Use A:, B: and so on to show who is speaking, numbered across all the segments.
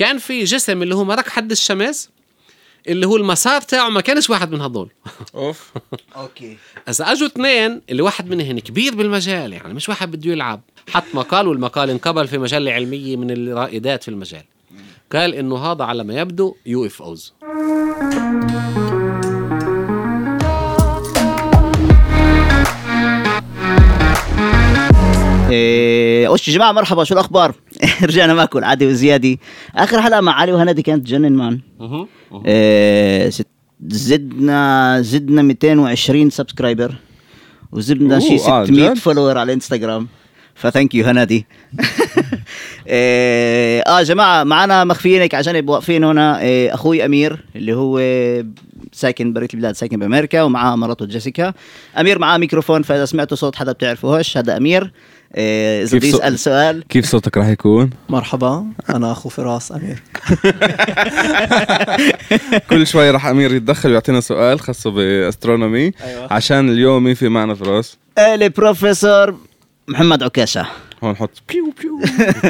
A: كان في جسم اللي هو مرق حد الشمس اللي هو المسار تاعه ما كانش واحد من هذول.
B: اوف
C: اوكي.
A: اذا اجوا اثنين اللي واحد منهم كبير بالمجال، يعني مش واحد بده يلعب، حط مقال والمقال انقبل في مجلة علمية من الرائدات في المجال، قال انه هذا على ما يبدو UFOs.
C: وش يا جماعة، مرحبا، شو الأخبار؟ رجعنا معكم عادي وزيادي. آخر حلقة مع علي وهنادي كانت جنن مان. زدنا 220 سبسكرايبر وزدنا شي 600 فولوور على الانستغرام، فثانك يو هنادي. جماعة معنا مخفيينك عشان واقفين هنا. أخوي أمير اللي هو ساكن بريت البلاد، ساكن بأمريكا، ومعاه مراته جيسيكا. أمير معاه ميكروفون، فإذا سمعتوا صوت حدا بتعرفوهش هذا أمير. إذا بدي يسأل سؤال
B: كيف صوتك راح يكون؟
D: مرحبا، أنا أخو فراس أمير.
B: كل شوي راح أمير يتدخل ويعطينا سؤال خاصه بأسترونومي.
D: أيوة.
B: عشان اليوم مين في معنا فراس؟
C: البروفيسور محمد عكاشة.
B: هون نحط بيو بيو.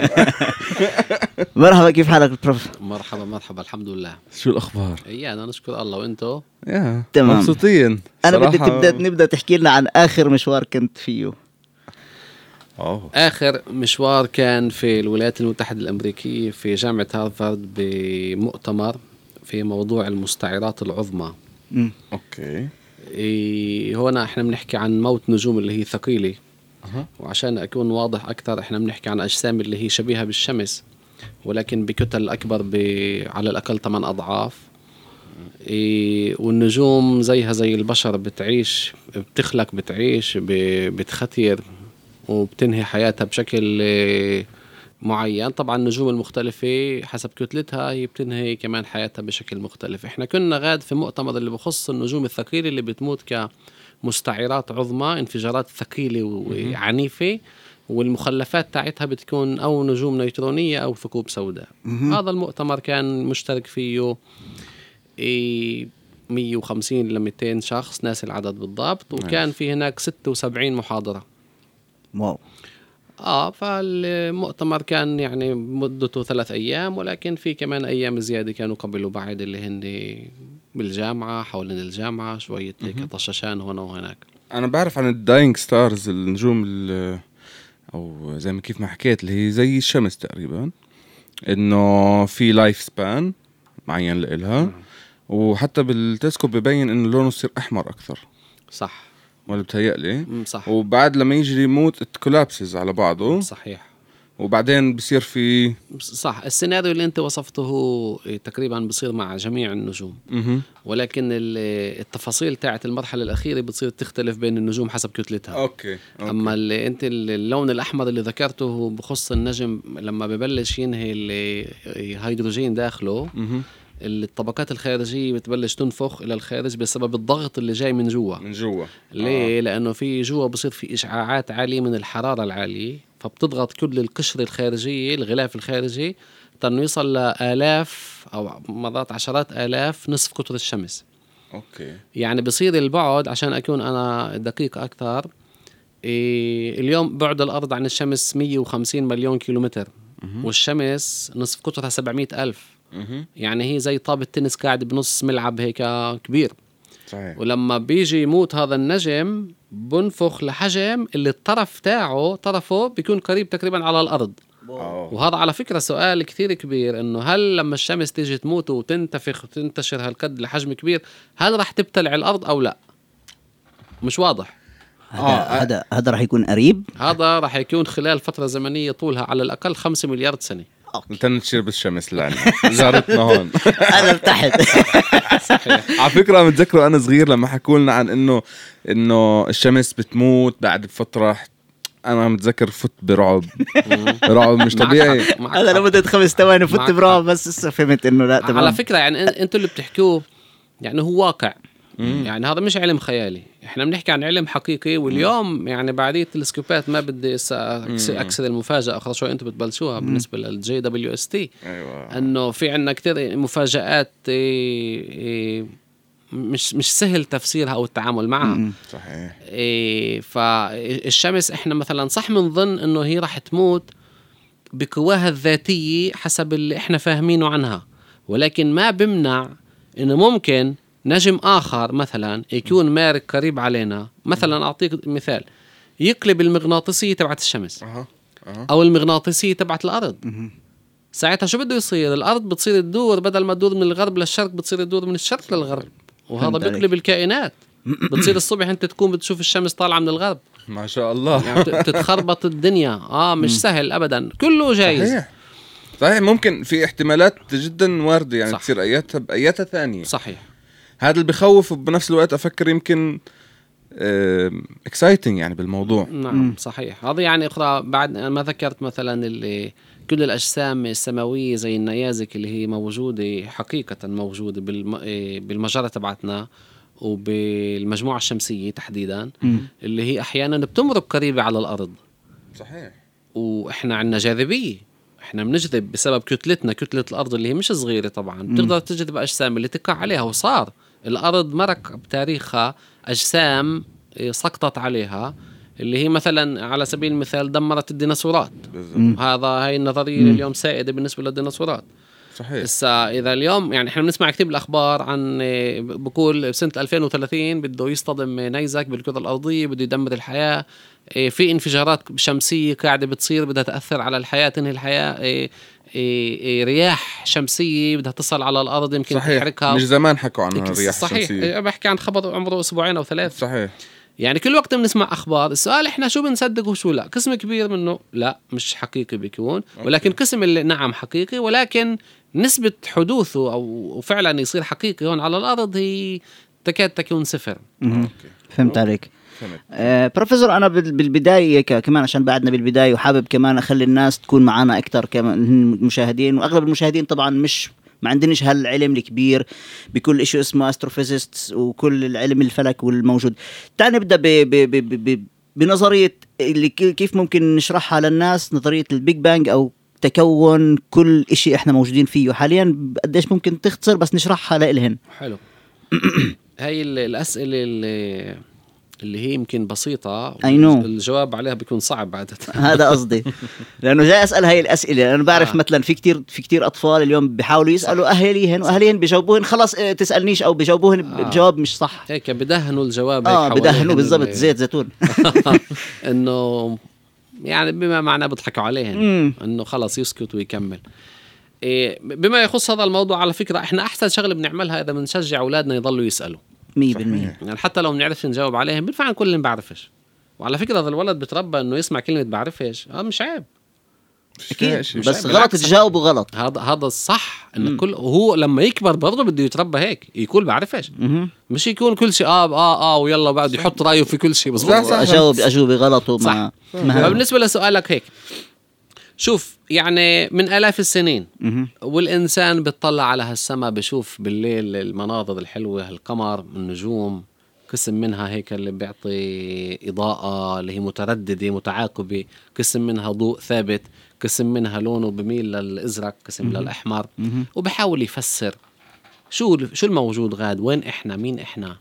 C: مرحبا، كيف حالك بروف؟
A: مرحبا الحمد لله.
B: شو الأخبار؟
A: أنا نشكر الله، وإنتو؟
C: تمام،
B: مبسوطين.
C: أنا بدي نبدأ تحكي لنا عن آخر مشوار كنت فيه.
A: آخر مشوار كان في الولايات المتحدة الأمريكية في جامعة هارفارد بمؤتمر في موضوع المستعرات العظمى.
B: أوكي.
A: هنا احنا بنحكي عن موت نجوم اللي هي ثقيلة. وعشان أكون واضح أكثر، احنا بنحكي عن أجسام اللي هي شبيهة بالشمس ولكن بكتل أكبر على الأقل 8 أضعاف. والنجوم زيها زي البشر، بتعيش، بتخلق، بتعيش، بتختير وبتنهي حياتها بشكل معين. طبعا النجوم المختلفة حسب كتلتها هي بتنهي كمان حياتها بشكل مختلف. احنا كنا غاد في مؤتمر اللي بخص النجوم الثقيلة اللي بتموت كمستعرات عظمى، انفجارات ثقيلة وعنيفة، والمخلفات تاعتها بتكون أو نجوم نيوترونية أو ثقوب سوداء. هذا المؤتمر كان مشترك فيه 150 ل 200 شخص، ناس العدد بالضبط، وكان في هناك 76 محاضرة.
C: واو.
A: فالمؤتمر كان يعني مدته 3 أيام، ولكن في كمان أيام زيادة كانوا قبل وبعد اللي هن بالجامعة، حول الجامعة شوية هيك طشاشان هنا وهناك.
B: أنا بعرف عن الداينج ستارز، النجوم أو زي ما كيف ما حكيت اللي هي زي الشمس تقريبا، إنه في لايف سبان معين لإلها. وحتى بالتلسكوب ببين إنه لونه يصير أحمر أكثر.
A: صح
B: ولا بتهيألي؟
A: صح.
B: وبعد لما يجري يموت الكولابسز على بعضه.
A: صحيح.
B: وبعدين بصير في
A: صح، السيناريو اللي انت وصفته هو تقريبا بصير مع جميع النجوم. ولكن التفاصيل تاعت المرحلة الأخيرة بتصير تختلف بين النجوم حسب كتلتها.
B: أوكي.
A: أما انت اللون الأحمر اللي ذكرته بخص النجم لما ببلش ينهي الهيدروجين داخله، الطبقات الخارجية بتبلش تنفخ إلى الخارج بسبب الضغط اللي جاي من جوا. ليه؟ لأنه في جوا بصير في إشعاعات عالية من الحرارة العالية، فبتضغط كل القشرة الخارجية، الغلاف الخارجي، تنو يوصل لآلاف أو مرات عشرات آلاف نصف قطر الشمس.
B: أوكي.
A: يعني بصير البعد، عشان أكون أنا دقيق أكثر، اليوم بعد الأرض عن الشمس 150 مليون كيلومتر، والشمس نصف قطرها 700,000. يعني هي زي طابة تنس قاعد بنص ملعب هيك كبير.
B: صحيح.
A: ولما بيجي يموت هذا النجم بنفخ لحجم اللي الطرف تاعه طرفه بيكون قريب تقريبا على الأرض. وهذا على فكرة سؤال كثير كبير، إنه هل لما الشمس تيجي تموت وتنتفخ وتنتشر هالقد لحجم كبير، هل راح تبتلع الأرض أو لا؟ مش واضح.
C: هذا راح يكون قريب.
A: هذا راح يكون خلال فترة زمنية طولها على الأقل 5 مليار سنة.
B: تنشير بالشمس لعنة زارتنا هون.
C: أنا ارتحت.
B: على فكرة متذكره أنا صغير لما حكوا لنا عن إنه الشمس بتموت بعد فترة، أنا متذكر فت برعب. رعب مش طبيعي.
C: أنا لمدة 5 ثواني فت برعب، بس فهمت إنه لا تمام.
A: على فكرة يعني أنتوا اللي بتحكوه يعني هو واقع. يعني هذا مش علم خيالي، احنا بنحكي عن علم حقيقي. واليوم يعني بعدية التلسكوبات، ما بدي أكسر المفاجأة، أخرى شوي أنتوا بتبلشوها بالنسبة للجي WST.
B: أيوة.
A: أنه في عنا كتير مفاجآت مش سهل تفسيرها أو التعامل معها. بقواها الذاتية حسب اللي احنا فاهمينه عنها، ولكن ما بمنع انه ممكن نجم اخر مثلا يكون مارك قريب علينا، مثلا اعطيك مثال، يقلب المغناطيسية تبعت الشمس او المغناطيسية تبعت الارض. ساعتها شو بده يصير؟ الارض بتصير تدور، بدل ما تدور من الغرب للشرق بتصير تدور من الشرق للغرب، وهذا بيقلب الكائنات. بتصير الصبح انت تكون بتشوف الشمس طالعة من الغرب،
B: ما شاء الله.
A: يعني تتخربط الدنيا. مش سهل ابدا، كله جايز.
B: صحيح ممكن في احتمالات جدا واردة يعني
A: صح.
B: تصير اياتها باياتها ثانية.
A: صحيح.
B: هذا اللي بخوف، وبنفس الوقت افكر يمكن اكسايتنج يعني بالموضوع.
A: نعم صحيح. هذا يعني اخرى بعد ما ذكرت مثلا اللي كل الاجسام السماويه زي النيازك اللي هي موجوده حقيقه موجوده بالمجره تبعتنا وبالمجموعه الشمسيه تحديدا، اللي هي احيانا بتمرق قريبه على الارض.
B: صحيح.
A: واحنا عندنا جاذبيه، احنا بنجذب بسبب كتلتنا، كتله الارض اللي هي مش صغيره طبعا، بتقدر تجذب اجسام اللي تقع عليها. وصار الارض مرق بتاريخها اجسام سقطت عليها، اللي هي مثلا على سبيل المثال دمرت الديناصورات. هاي النظريه اليوم سائده بالنسبه للديناصورات.
B: صحيح.
A: إذا اليوم يعني إحنا بنسمع كتير بالأخبار عن بقول بسنة 2030 بده يصطدم نيزك بالكرة الأرضية، بده يدمر الحياة، في انفجارات شمسية قاعدة بتصير بدها تأثر على الحياة، تنهي الحياة، رياح شمسية بدها تصل على الأرض يمكن تحركها.
B: مش زمان حكوا عن الرياح
A: صحيح.
B: الشمسية.
A: بحكي عن خبر عمره 2 أو 3.
B: صحيح.
A: يعني كل وقت بنسمع أخبار. السؤال إحنا شو بنصدق وشو لا. قسم كبير منه لا مش حقيقي بيكون، ولكن قسم اللي نعم حقيقي، ولكن نسبة حدوثه أو فعلا يصير حقيقي هون على الأرض هي تكاد تكون 0.
C: فهمت عليك. بروفيسور، أنا بالبداية كمان عشان بعدنا بالبداية، وحابب كمان أخلي الناس تكون معنا أكتر كمان المشاهدين، وأغلب المشاهدين طبعا ما عندناش هالعلم الكبير بكل إشي اسمه أستروفيزيستس وكل العلم الفلك والموجود. تعال نبدأ بنظرية اللي كيف ممكن نشرحها للناس، نظرية البيج بانج أو تكون كل إشي إحنا موجودين فيه حاليا. قديش ممكن تختصر بس نشرحها لإلهن؟
A: حلو. هاي الأسئلة اللي هي يمكن بسيطة، الجواب عليها بيكون صعب عادة.
C: هذا قصدي، لأنه جاي أسأل هاي الأسئلة. أنا بعرف مثلا في كتير أطفال اليوم بيحاولوا يسألوا أهاليهن، وأهاليهن بيجاوبوهن خلاص تسألنيش، أو بيجاوبوهن بجواب مش صح.
A: هيك بدهنوا الجواب.
C: بدهنوا بالضبط زيت زيتون.
A: إنه يعني بما معناه بيضحكوا عليهن إنه خلاص يسكت ويكمل. بما يخص هذا الموضوع، على فكرة إحنا أحسن شغلة بنعملها إذا بنشجع أولادنا يضلوا يسألوا
C: 100%.
A: يعني حتى لو بنعرفش نجاوب عليهم بنفع عن كل اللي بعرفش. وعلى فكرة إذا الولد بتربى إنه يسمع كلمة بعرفش، مش عيب
C: أكيد، بس غلط تجاوبه غلط.
A: هذا الصح. إن كل هو لما يكبر برضه بده يتربى هيك، يقول بعرفش، مش يكون كل شيء ويلا بعد يحط رأيه في كل شيء. بس
C: أجاوب غلط صح.
A: بالنسبة لسؤالك هيك، شوف يعني من آلاف السنين والإنسان بيطلع على هالسماء، بشوف بالليل المناظر الحلوة، القمر، النجوم، قسم منها هيك اللي بيعطي إضاءة اللي هي مترددة متعاقبة، قسم منها ضوء ثابت، قسم منها لونه بميل للأزرق، قسم للأحمر، وبحاول يفسر شو الموجود غاد، وين إحنا، مين إحنا.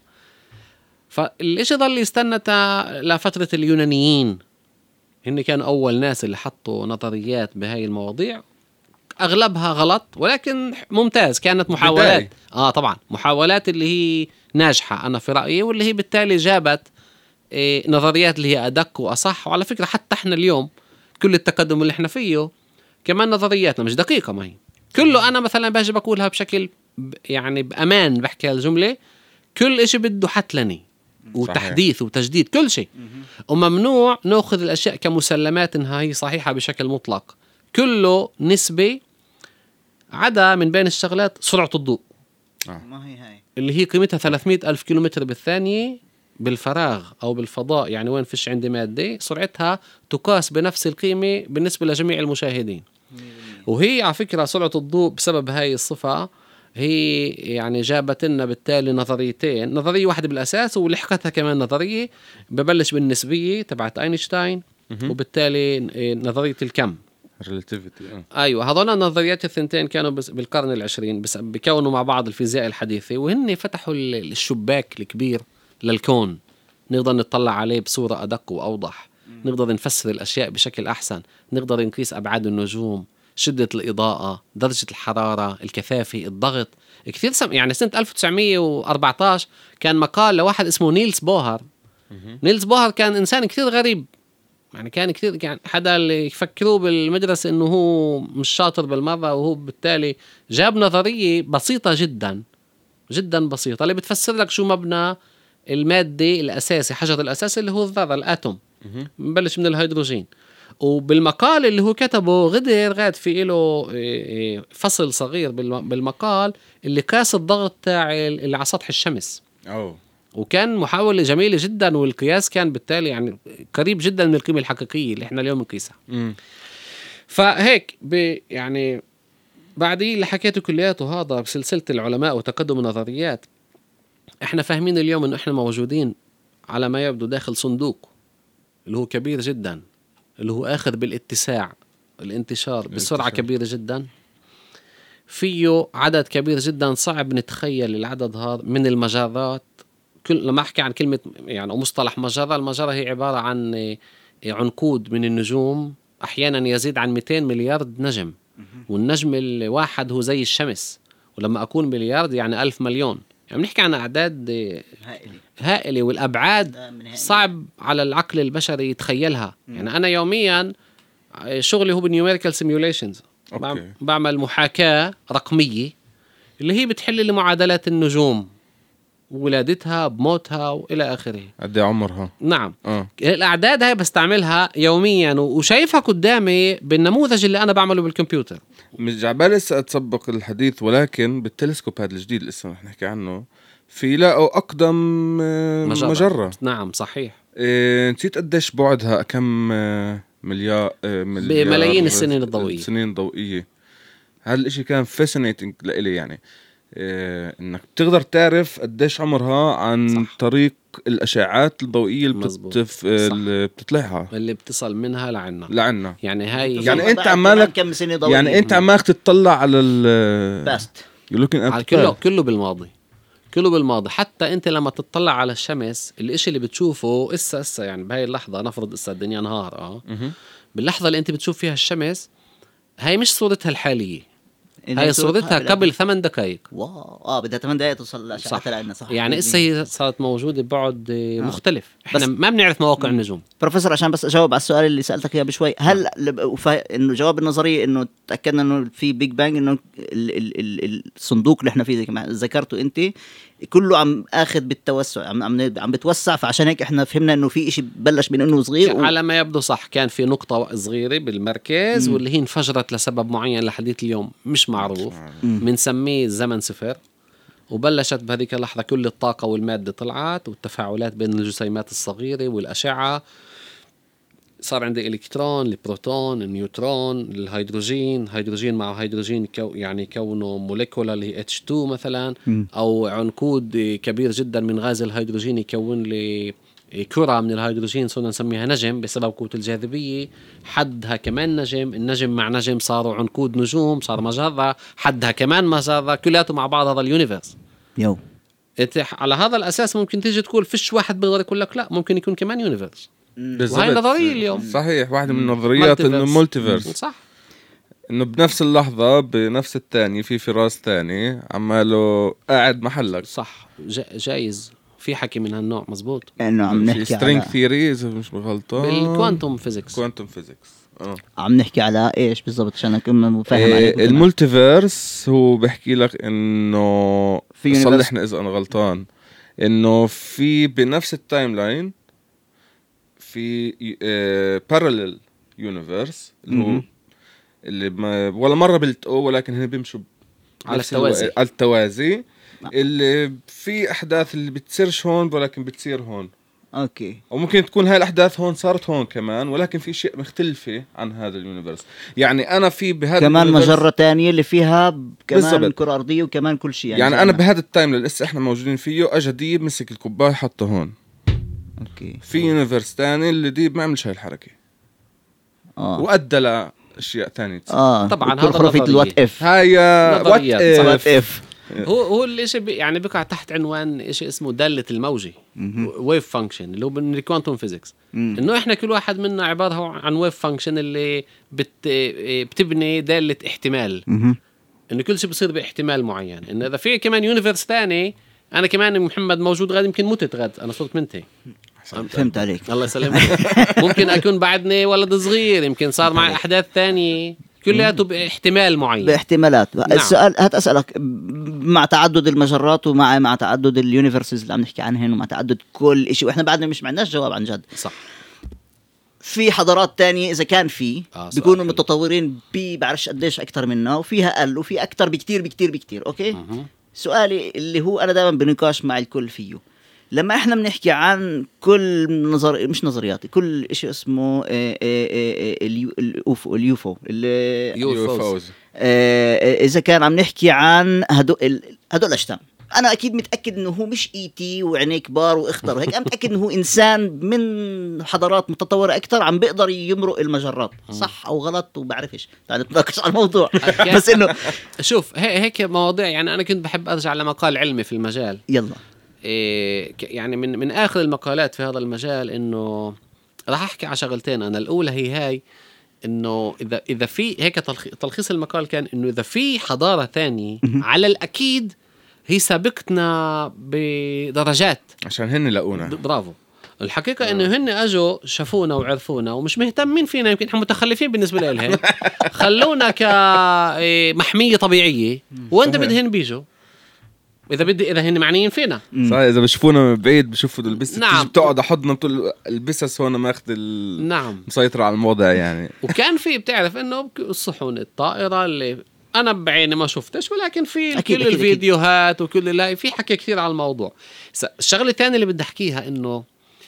A: فالإشي ظل يستنى لفترة اليونانيين، هن كانوا أول ناس اللي حطوا نظريات بهاي المواضيع، أغلبها غلط ولكن ممتاز. كانت محاولات طبعا محاولات اللي هي ناجحة أنا في رأيي، واللي هي بالتالي جابت نظريات اللي هي أدق وأصح. وعلى فكرة حتى إحنا اليوم كل التقدم اللي إحنا فيه كمان نظرياتنا مش دقيقة، ما هي كله. أنا مثلا باجي بقولها بشكل يعني بأمان، بحكي الجملة كل إشي بده حتلني وتحديث وتجديد كل شيء، وممنوع نأخذ الأشياء كمسلمات إنها هي صحيحة بشكل مطلق. كله نسبة، عدا من بين الشغلات سرعة الضوء
C: ما هي هاي
A: اللي هي قيمتها 300,000 كيلومتر بالثانية بالفراغ أو بالفضاء، يعني وين فيش عندي مادة، سرعتها تقاس بنفس القيمة بالنسبة لجميع المشاهدين. وهي على فكرة سرعة الضوء بسبب هاي الصفة هي يعني جابت لنا بالتالي نظريتين، نظرية واحدة بالأساس ولحقتها كمان نظرية ببلش بالنسبية تبعت أينشتاين، وبالتالي نظرية الكم
B: relativity.
A: أيوة، هذول النظريات الثنتين كانوا بالقرن العشرين، بس بيكونوا مع بعض الفيزياء الحديثة، وهن فتحوا الشباك الكبير للكون، نقدر نطلع عليه بصورة أدق وأوضح. نقدر نفسر الأشياء بشكل أحسن، نقدر نقيس أبعاد النجوم، شدة الإضاءة، درجة الحرارة، الكثافة، الضغط. كثير يعني سنة 1914 كان مقال لواحد اسمه نيلز بوهر. نيلز بوهر كان إنسان كثير غريب، يعني كان كثير يعني حدا اللي يفكروه بالمدرسة إنه هو مش شاطر بالمرة، وهو بالتالي جاب نظرية بسيطة جدا جدا بسيطة اللي بتفسر لك شو مبنى المادة الأساسي، حجر الأساسي اللي هو الذرة، الآتوم. مبلش من الهيدروجين. وبالمقال اللي هو كتبه غاد في له فصل صغير بالمقال اللي قاس الضغط تاع اللي على سطح الشمس. وكان محاولة جميلة جدا، والقياس كان بالتالي يعني قريب جدا من القيمة الحقيقية اللي احنا اليوم نقيسها. فهيك يعني بعدين اللي حكيته كلياته هذا بسلسلة العلماء وتقدم النظريات، احنا فاهمين اليوم انه احنا موجودين على ما يبدو داخل صندوق اللي هو كبير جدا، اللي هو آخذ بالاتساع، الانتشار بسرعة كبيرة جدا، فيه عدد كبير جدا صعب نتخيل العدد هذا من المجرات. لما أحكي عن كلمة يعني مصطلح مجرة، المجرة هي عبارة عن عنقود من النجوم أحيانا يزيد عن 200 مليار نجم، والنجم الواحد هو زي الشمس، ولما أكون مليار يعني 1000 مليون، يعني بنحكي عن أعداد هائلة، والأبعاد صعب على العقل البشري يتخيلها. يعني أنا يوميا شغلي هو بالنيوميريكال سيميوليشنز، بعمل محاكاة رقمية اللي هي بتحل لي معادلات النجوم وولادتها بموتها وإلى آخره.
B: قد ايه عمرها؟
A: نعم. الأعداد هاي بستعملها يوميا وشايفها قدامي بالنموذج اللي أنا بعمله بالكمبيوتر.
B: مش جعبال لسه أتسبق الحديث، ولكن بالتلسكوب هذا الجديد لسه رح نحكي عنه، في لاقوا أقدم مجرة.
A: نعم صحيح.
B: نسيت قديش بعدها، كم مليار
A: بملايين السنين
B: الضوئية. هذا الاشي كان فاسينيتنج لإلي، يعني انك بتقدر تعرف قديش عمرها عن صح. طريق الاشعاعات الضوئيه اللي بتطلعها، اللي
A: بتصل منها لعنا. يعني هاي
B: يعني انت عمالك يعني انت عمالك تطلع على الباست،
A: على كله بالماضي. حتى انت لما تطلع على الشمس، الاشي اللي بتشوفه اسا يعني بهاي اللحظه، نفرض اسا الدنيا نهار باللحظه اللي انت بتشوف فيها الشمس، هاي مش صورتها الحاليه، هاي صورتها قبل 8 دقائق.
C: واو بدها 8 دقائق توصل لأشعتها لعنا. صح،
A: يعني إسا هي صارت موجودة بعد مختلف. إحنا ما بنعرف مواقع النجوم.
C: بروفيسور، عشان بس أجاوب على السؤال اللي سألتك إياه بشوي، هل إنه جواب النظرية إنه تأكدنا إنه في بيج بانج، إنه الصندوق اللي إحنا فيه زي ما ذكرته أنت كله عم أخذ بالتوسع، عم بتوسع، فعشان هيك إحنا فهمنا إنه في إشي بلش من إنه صغير
A: على ما يبدو. صح، كان في نقطة صغيرة بالمركز واللي هي انفجرت لسبب معين لحديث اليوم مش معروف، بنسميه زمن صفر، وبلشت بهذيك اللحظة كل الطاقة والمادة طلعت، والتفاعلات بين الجسيمات الصغيرة والأشعة، صار عندي إلكترون، البروتون، النيوترون، هيدروجين مع هيدروجين يعني كونه موليكولا اللي هي H2 مثلا، أو عنقود كبير جدا من غاز الهيدروجين يكون لي كرة من الهيدروجين، صرنا نسميها نجم بسبب قوة الجاذبية. حدها كمان النجم مع نجم صاروا عنقود نجوم، صار مجرة، حدها كمان مجرة، كلياته مع بعض هذا اليونيفرس. على هذا الأساس ممكن تيجي تقول فيش واحد بيقدر يقول لك لا، ممكن يكون كمان يونيفرس. وهي نظرية اليوم.
B: صحيح، واحدة من النظريات إنه مولتيفيرس.
A: صح،
B: إنه بنفس اللحظة بنفس الثانية في فراس ثاني عماله قاعد محلك.
A: صح، جايز في حكي من هالنوع. مزبوط،
C: إنه عم نحكي
B: سترينج ثيوري إذا مش بغلطان،
A: بالكوانتوم فيزيكس.
C: عم نحكي على إيش بالضبط عشان أكون فاهم عليك؟
B: المولتيفيرس هو بحكي لك إنه صلحنا إذا أنا غلطان، إنه في بنفس التايم لاين في parallel universe اللي هو اللي ولا مرة بيلتقوا، ولكن هنا بيمشوا
A: على
B: التوازي اللي في أحداث اللي بتصيرش هون ولكن بتصير هون.
C: أوكي.
B: وممكن تكون هاي الأحداث هون صارت هون كمان، ولكن في شيء مختلفة عن هذا اليونيفرس. يعني أنا في بهذا
C: كمان مجرة تانية اللي فيها كمان كرة أرضية وكمان كل شيء.
B: يعني أنا بهذا التايم اللي لسه إحنا موجودين فيه، أجا ديب مسك الكوباية حطه هون.
C: أوكي.
B: في يونيفرس تاني اللي ديب ما عملش هاي الحركة. وأدى لأشياء تانية.
A: طبعا هذا
C: نظرية الوات إف.
B: هاي
C: وات إف.
A: هو الاشي يعني بيقع تحت عنوان اشي اسمه دالة الموجة ويف فانكشن اللي هو بالكوانتوم فيزيكس. انه احنا كل واحد منا عبارة عن ويف فانكشن اللي بتبني دالة احتمال، انه كل شيء بصير باحتمال معين. انه اذا في كمان يونيفرس تاني انا كمان محمد موجود غد، يمكن متت غد انا صرت منتهي.
C: فهمت عليك.
A: الله يسلمك. ممكن اكون بعدني ولد صغير، يمكن صار معي احداث تانية، كلياته باحتمال معين،
C: باحتمالات.
A: نعم.
C: السؤال هتأسألك مع تعدد المجرات ومع تعدد اليونيفرسز اللي عم نحكي عنهن ومع تعدد كل شيء، واحنا بعدنا مش معناش جواب عن جد.
A: صح.
C: في حضارات تانية إذا كان في بيكونوا متطورين بعرفش قديش أكتر منا، وفيها أقل وفي أكتر بكتير بكتير بكتير. أوكي. سؤالي اللي هو أنا دائما بنقاش مع الكل فيه، لما إحنا بنحكي عن كل مش نظرياتي، كل إشي اسمه اليوفو إذا كان عم نحكي عن هدول الأجسام، أنا أكيد متأكد إنه هو مش إيتي وعينيه كبار وإخضر وهيك، أنا متأكد إنه هو إنسان من حضارات متطورة أكتر عم بيقدر يمرق المجرات. صح أو غلط وبعرفش، يعني نتناقش على الموضوع. بس إنه
A: شوف هيك مواضيع، يعني أنا كنت بحب أرجع لمقال علمي في المجال.
C: يلا
A: يعني من آخر المقالات في هذا المجال إنه راح أحكي على شغلتين. أنا الأولى هي إنه إذا في هيك تلخيص المقال كان إنه إذا في حضارة تانية على الأكيد هي سابقتنا بدرجات
B: عشان هن لقونا.
A: برافو. الحقيقة إنه هن أجوا شافونا وعرفونا ومش مهتمين فينا، يمكن إحنا متخلفين بالنسبة لهم، خلونا كمحمية طبيعية، وأنت بدهن بيجوا إذا هن معنيين فينا.
B: صح. إذا بشوفونا من بعيد بشوفوا البسس.
A: نعم.
B: بتقعد حضنا بتقول البسس هون ماخذ
A: نعم.
B: مسيطر على الموضوع يعني.
A: وكان في بتعرف إنه الصحون الطائرة اللي أنا بعيني ما شفتش، ولكن في
C: أكيد
A: كل
C: أكيد
A: الفيديوهات
C: أكيد.
A: وكل لا في حكي كثير على الموضوع. الشغلة الثانية اللي بدي أحكيها إنه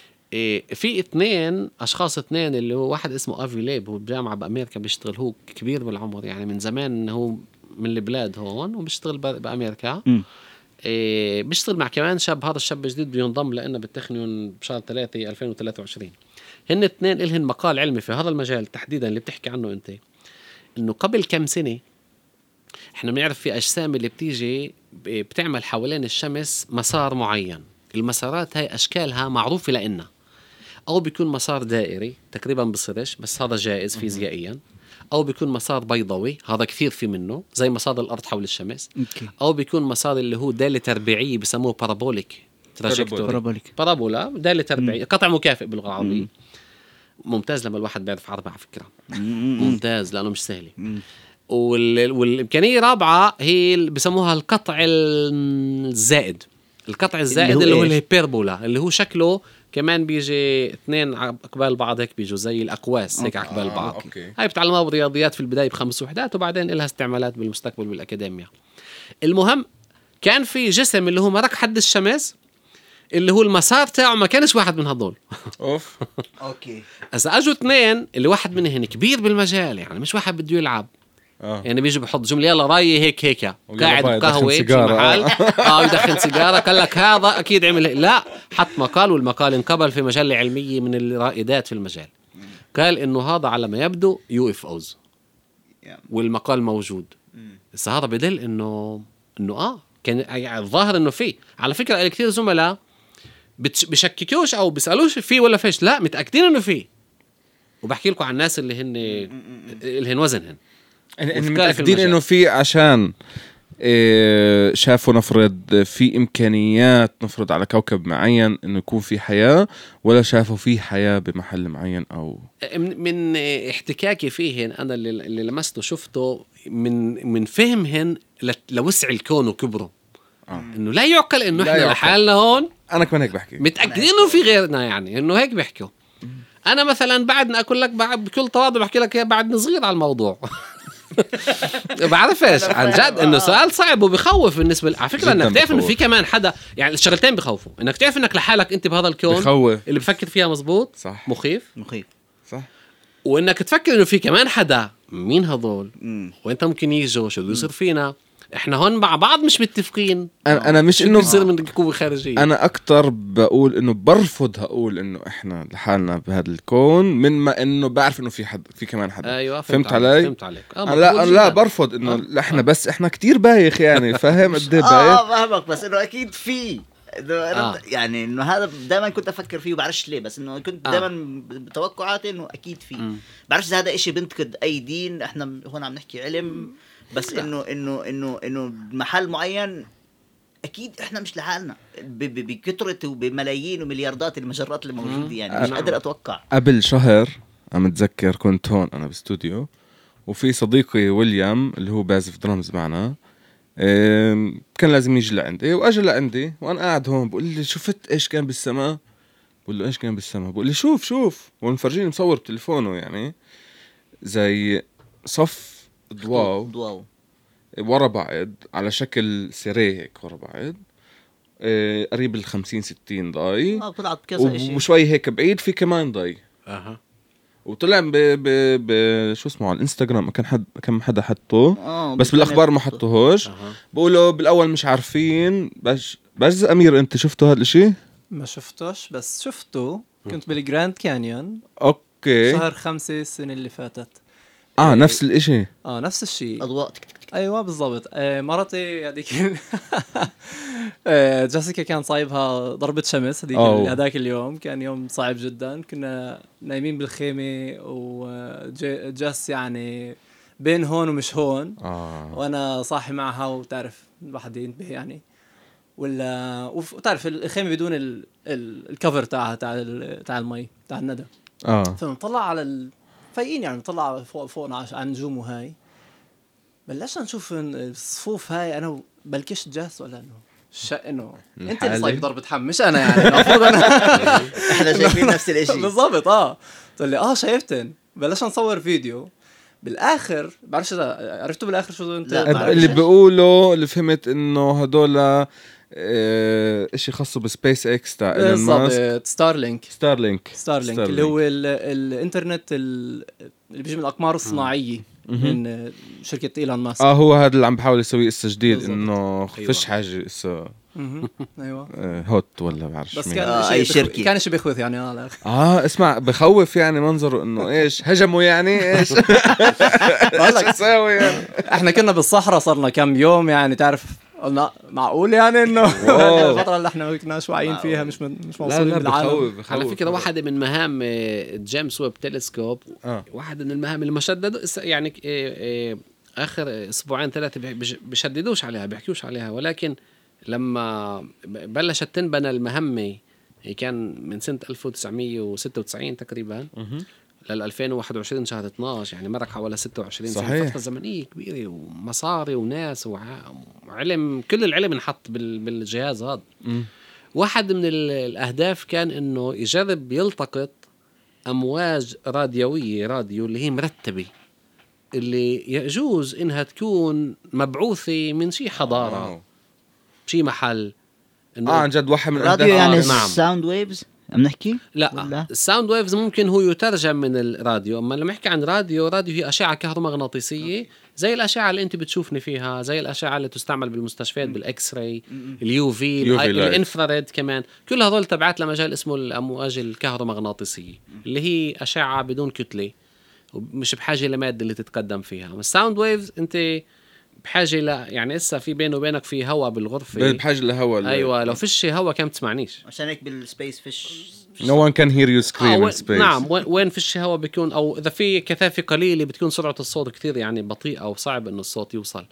A: في أشخاص اثنين، اللي هو واحد اسمه أفي ليب، هو بجامعة بأمريكا بيشتغل، هو كبير بالعمر يعني من زمان، هو من البلاد هون وبيشتغل بأمريكا. بيشتغل مع كمان شاب، هذا الشاب جديد بينضم لنا بالتخنيون بشهر 3 2023. هن اثنين إلهن مقال علمي في هذا المجال تحديدا اللي بتحكي عنه أنت، إنه قبل كم سنة احنا بنعرف في أجسام اللي بتيجي بتعمل حوالين الشمس مسار معين. المسارات هاي أشكالها معروفة لنا، أو بيكون مسار دائري تقريبا بصيرش بس هذا جائز فيزيائيا، أو بيكون مسار بيضاوي هذا كثير في منه زي مسار الأرض حول الشمس، أو بيكون مسار اللي هو دالة تربيعية بسموه بارابوليك بارابولا، دالة تربيعية، قطع مكافئ باللغة العربية. ممتاز لما الواحد بيعرف عربي على فكرة، ممتاز لأنه مش سهل. والإمكانية رابعة هي بسموها القطع الزائد. القطع الزائد اللي هو الهيبربولا، اللي هو شكله كمان بيجي اثنين قبال بعض هيك، بيجوا زي الأقواس هيك قبال بعض. هاي بتعلموها بالرياضيات في البداية ب5 وحدات، وبعدين لها استعمالات بالمستقبل بالأكاديمية. المهم كان في جسم اللي هو مرق حد الشمس، اللي هو المسار تاعه ما كانش واحد من هذول.
B: اوف.
C: اوكي.
A: اذا اجوا اثنين، اللي واحد منهم كبير بالمجال، يعني مش واحد بده يلعب، يعني بيجي بحط جمله يلا راي هيك قاعد بقهوه في محل يدخن سيجاره، قال لك هذا اكيد عمل لا، حط مقال، والمقال انقبل في مجله علميه من الرائدات في المجال، قال انه هذا على ما يبدو UFOs، والمقال موجود. بس هذا بدل انه كان يعني الظاهر انه في، على فكره كثير زملاء بشككوش او بيسالوش فيه ولا فيش، لا متاكدين انه فيه. وبحكي لكم عن الناس اللي هن وزنهن
B: متاكدين انه في، عشان شافوا نفرض في امكانيات نفرض على كوكب معين انه يكون في حياه، ولا شافوا في حياه بمحل معين. او
A: من احتكاكي فيهن انا اللي لمسته شفته من فهمهن لوسع الكون وكبره، انه لا يعقل انه احنا لحالنا هون.
B: انا كمان هيك بحكي،
A: متاكدين انه في غيرنا، يعني انه هيك بيحكوا. انا مثلا بعدنا اقول لك بكل تواضع بحكي لك بعدني صغير على الموضوع. بعرفش عن جد انه سؤال صعب وبخوف بالنسبه على فكره انك تعرف انه في كمان حدا، يعني الشغلتين بخوفوا، انك تعرف انك لحالك انت بهذا الكون
B: بخوف.
A: اللي بفكر فيها مزبوط،
B: صح.
A: مخيف
B: صح.
A: وانك تفكر انه في كمان حدا، مين هذول وانت ممكن يجوا شو بده يصير فينا. احنا هون مع بعض مش متفقين.
B: انا مش
A: شو
B: انه
A: بيصير من قوة خارجية.
B: انا اكتر بقول انه برفض هقول انه احنا لحالنا بهذا الكون من ما انه بعرف انه في كمان حدا.
A: ايوه
B: فهمت علي؟
A: فهمت عليك.
B: لا برفض انه احنا بس احنا كتير بايخ يعني فاهم قد ايه بايخ.
C: فاهمك بس انه اكيد في يعني انه هذا دائما كنت افكر فيه وبعرفش ليه بس انه كنت دائما بتوقعاتي انه اكيد في بعرفش اذا هذا إشي بنتقد اي دين. احنا هون عم نحكي علم بس انه محل معين اكيد احنا مش لحالنا بكثرة وبملايين وملياردات المجرات اللي موجودة يعني مش قادر اتوقع.
B: قبل شهر عم اتذكر كنت هون انا باستوديو وفي صديقي ويليام اللي هو بازف درامز معنا كان لازم يجي لعندي واجي لعندي وانا قاعد هون بقول لي شفت ايش كان بالسماء؟ بقول له ايش كان بالسماء؟ بقول لي شوف ومفرجيني مصور بتليفونه يعني زي صف ضواو ورا بعض على شكل سيريه هيك ورا بعض قريب 50-60 ضاي
C: طلعت كذا شيء
B: وشوي هيك بعيد في كمان ضاي وطلع شو اسمه على الانستغرام كم حدا حطه بس بالاخبار ما حطوهوش. بقولوا بالاول مش عارفين بس امير انت شفتوا هذا الاشي؟
D: ما شفتوش بس شفته كنت بالجراند كانيون
B: اوكي
D: شهر 5 السنة اللي فاتت.
B: نفس الاشي
D: نفس الشيء
C: اضواء
D: ايوه بالضبط. مرتي هذيك جاسيكا كان صايبها ضربة شمس هذاك اليوم كان يوم صعب جدا. كنا نايمين بالخيمة وجاس يعني بين هون ومش هون وانا صاحي معها وتعرف الواحد ينتبه يعني وتعرف الخيمة بدون الكفر تاع المي تاع الندى. فنطلع على فايقين يعني نطلع فوقنا على النجوم وهاي بلشنا نشوف الصفوف هاي انا بلكش جاس ولا انه انت اللي صايب ضربة حم مش انا يعني المفروض انا
C: احنا شايفين نفس الاشي
D: بالضبط. قلت لي شايفتن بلشنا نصور فيديو بالاخر بعرفش اذا عرفتوا بالاخر شو انت
B: اللي بيقولوا اللي فهمت انه هدول اشي خاصه بسبيس اكس تاع ايلون ماسك ستارلينك
D: اللي هو الانترنت اللي بيجي من الاقمار الصناعيه من شركه ايلون ماسك.
B: هو هذا اللي عم بحاول يسويه اسا جديد انه فيش حاجه اسا
D: ايوه
B: هوت ولا بعرف
D: بس كان اي شركه كان شيء بيخوف يعني على الاخر.
B: اسمع بخوف يعني منظره انه ايش هجموا يعني ايش والله تساوي يعني.
D: احنا كنا بالصحراء صرنا كم يوم يعني تعرف قلنا معقول يعني انه الفتره اللي احنا ما كناش واعيين فيها مش موصولين بالعالم.
A: على فكره واحده من مهام جيمس ويب تلسكوب واحده من المهام المشدده يعني اخر اسبوعين 3 بيشددوش عليها بيحكيوش عليها ولكن لما بلشت تنبنى المهمه كان من سنه 1996 تقريبا لل 2021 شهر 12 يعني مرق حوالي 26 سنة فترة زمنية كبيرة ومصاري وناس وعلم كل العلم انحط بالجهاز هذا. واحد من الأهداف كان إنه يجرب يلتقط أمواج راديوية اللي هي مرتبة اللي يجوز إنها تكون مبعوثة من شي حضارة شي محل
B: عن جد واحد من
C: الراديو يعني الساوند ويفز عم نحكي؟
A: لا الساوند ويفز ممكن هو يترجم من الراديو. أما لما نحكي عن راديو هي أشعة كهرومغناطيسية زي الأشعة اللي أنت بتشوفني فيها زي الأشعة اللي تستعمل بالمستشفيات بالإكس راي اليو في الانفراريد كمان كل هذول تبعات لمجال اسمه الأمواج الكهرومغناطيسية اللي هي أشعة بدون كتلة ومش بحاجة لمادة اللي تتقدم فيها. الساوند ويفز أنت بحاجة يعني إسا في بينه وبينك في هواء بالغرفة
B: بحاجة لهواء
A: أيوة لو فيش هواء كم تسمعنيش
C: عشان هيك بالسبيس فيش
B: no one can hear you scream in space.
A: نعم وين فيش هواء بيكون أو إذا في كثافة قليلة بتكون سرعة الصوت كتير يعني بطيئة وصعب إنه الصوت يوصل.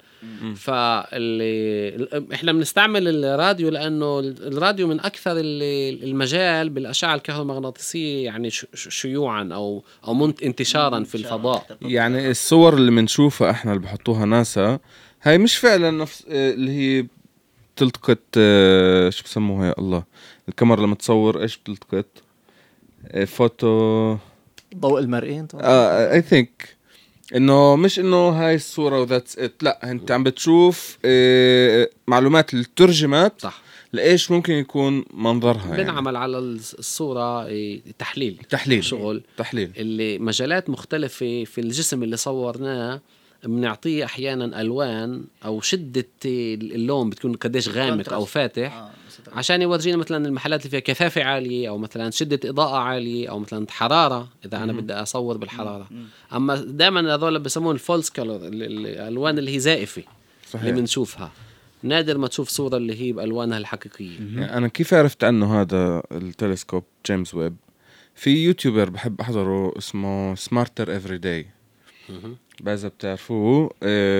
A: إحنا بنستعمل الراديو لأنه الراديو من أكثر المجال بالأشعة الكهرومغناطيسية يعني شيوعا أو انتشارا في الفضاء.
B: يعني الصور اللي بنشوفها إحنا اللي بحطوها ناسا هاي مش فعلا نفس اللي هي تلتقط شو بسموها يا الله الكاميرا لما تصور ايش بتلتقط فوتو
D: ضوء المرئي
B: I think انه مش انه هاي الصورة وذاتس ات لا انت عم بتشوف معلومات اللي ترجمت
A: صح
B: لإيش ممكن يكون منظرها
A: بنعمل على الصورة تحليل
B: شغل
A: اللي مجالات مختلفة في الجسم اللي صورناه بنعطيه احيانا الوان او شده اللون بتكون قديش غامق او فاتح عشان يورجينا مثلا المحلات اللي فيها كثافه عاليه او مثلا شده اضاءه عاليه او مثلا حراره اذا انا بدي اصور بالحراره. اما دائما هذول بسمون الفولس كولر الالوان اللي هي زائفه اللي بنشوفها نادر ما تشوف صوره اللي هي بالوانها الحقيقيه.
B: يعني انا كيف عرفت عنه هذا التلسكوب جيمس ويب؟ في يوتيوبر بحب احضره اسمه سمارتر افري داي، بعد بتعرفوه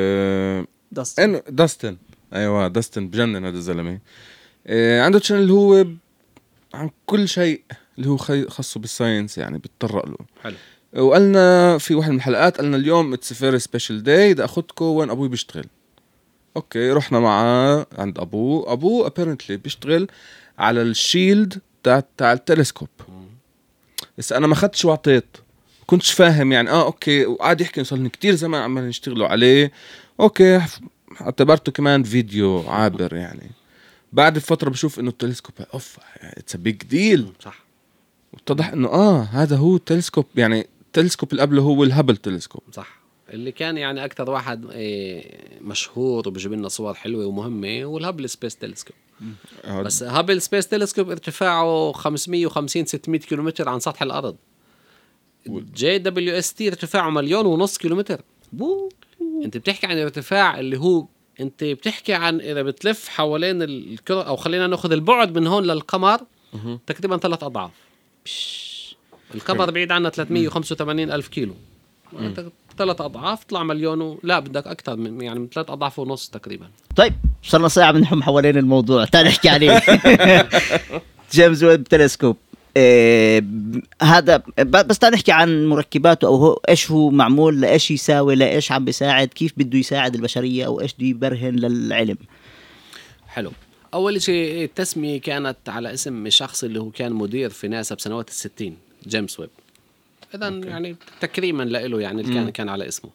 B: داستن. ايوه داستن بجنن هذا الزلمه. عنده تشانل اللي هو عن كل شيء اللي هو خاصه بالساينس يعني بتطرق له.
A: حلو.
B: وقالنا في واحد من الحلقات قالنا اليوم اتس فيري سبيشال داي بدي اخذكم وين ابوي بيشتغل. اوكي رحنا معاه عند ابوه ابيرنتلي بيشتغل على الشيلد تاع التلسكوب. بس انا ما اخذتش وعطيت كنتش فاهم يعني اوكي وقعد يحكي صار لنا كتير زمان عمال نشتغلوا عليه. اوكي اعتبرته كمان فيديو عابر يعني. بعد فترة بشوف انه التلسكوب اتس بيج ديل
A: صح.
B: واتضح انه هذا هو التلسكوب يعني التلسكوب اللي قبله هو الهبل تلسكوب.
A: صح. اللي كان يعني اكثر واحد مشهور وبجيب لنا صور حلوه ومهمه والهابل سبيس تلسكوب. بس هابل سبيس تلسكوب ارتفاعه 550 600 كيلومتر عن سطح الارض. جي دبليو اس تي ارتفاعه 1.5 مليون كيلومتر. انت بتحكي عن ارتفاع اللي هو انت بتحكي عن اذا بتلف حوالين الكره او خلينا ناخذ البعد من هون للقمر تقريبا 3 أضعاف. القمر بعيد عنا 385 ألف كيلو. 3 أضعاف طلع 1 مليون لا بدك أكثر من يعني 3 أضعاف ونص تقريبا.
C: طيب صرنا ساعة بنحم حوالين الموضوع تعال نحكي عليه. جيمس ويب تلسكوب هذا بس تعال نحكي عن مركباته أو هو إيش هو معمول لإيش يساوي لإيش عم بيساعد كيف بده يساعد البشرية أو إيش بده يبرهن للعلم.
A: حلو. أول شيء التسمية كانت على اسم الشخص اللي هو كان مدير في ناسا بسنوات 60 جيمس ويب. إذا يعني تكريما له يعني كان على اسمه.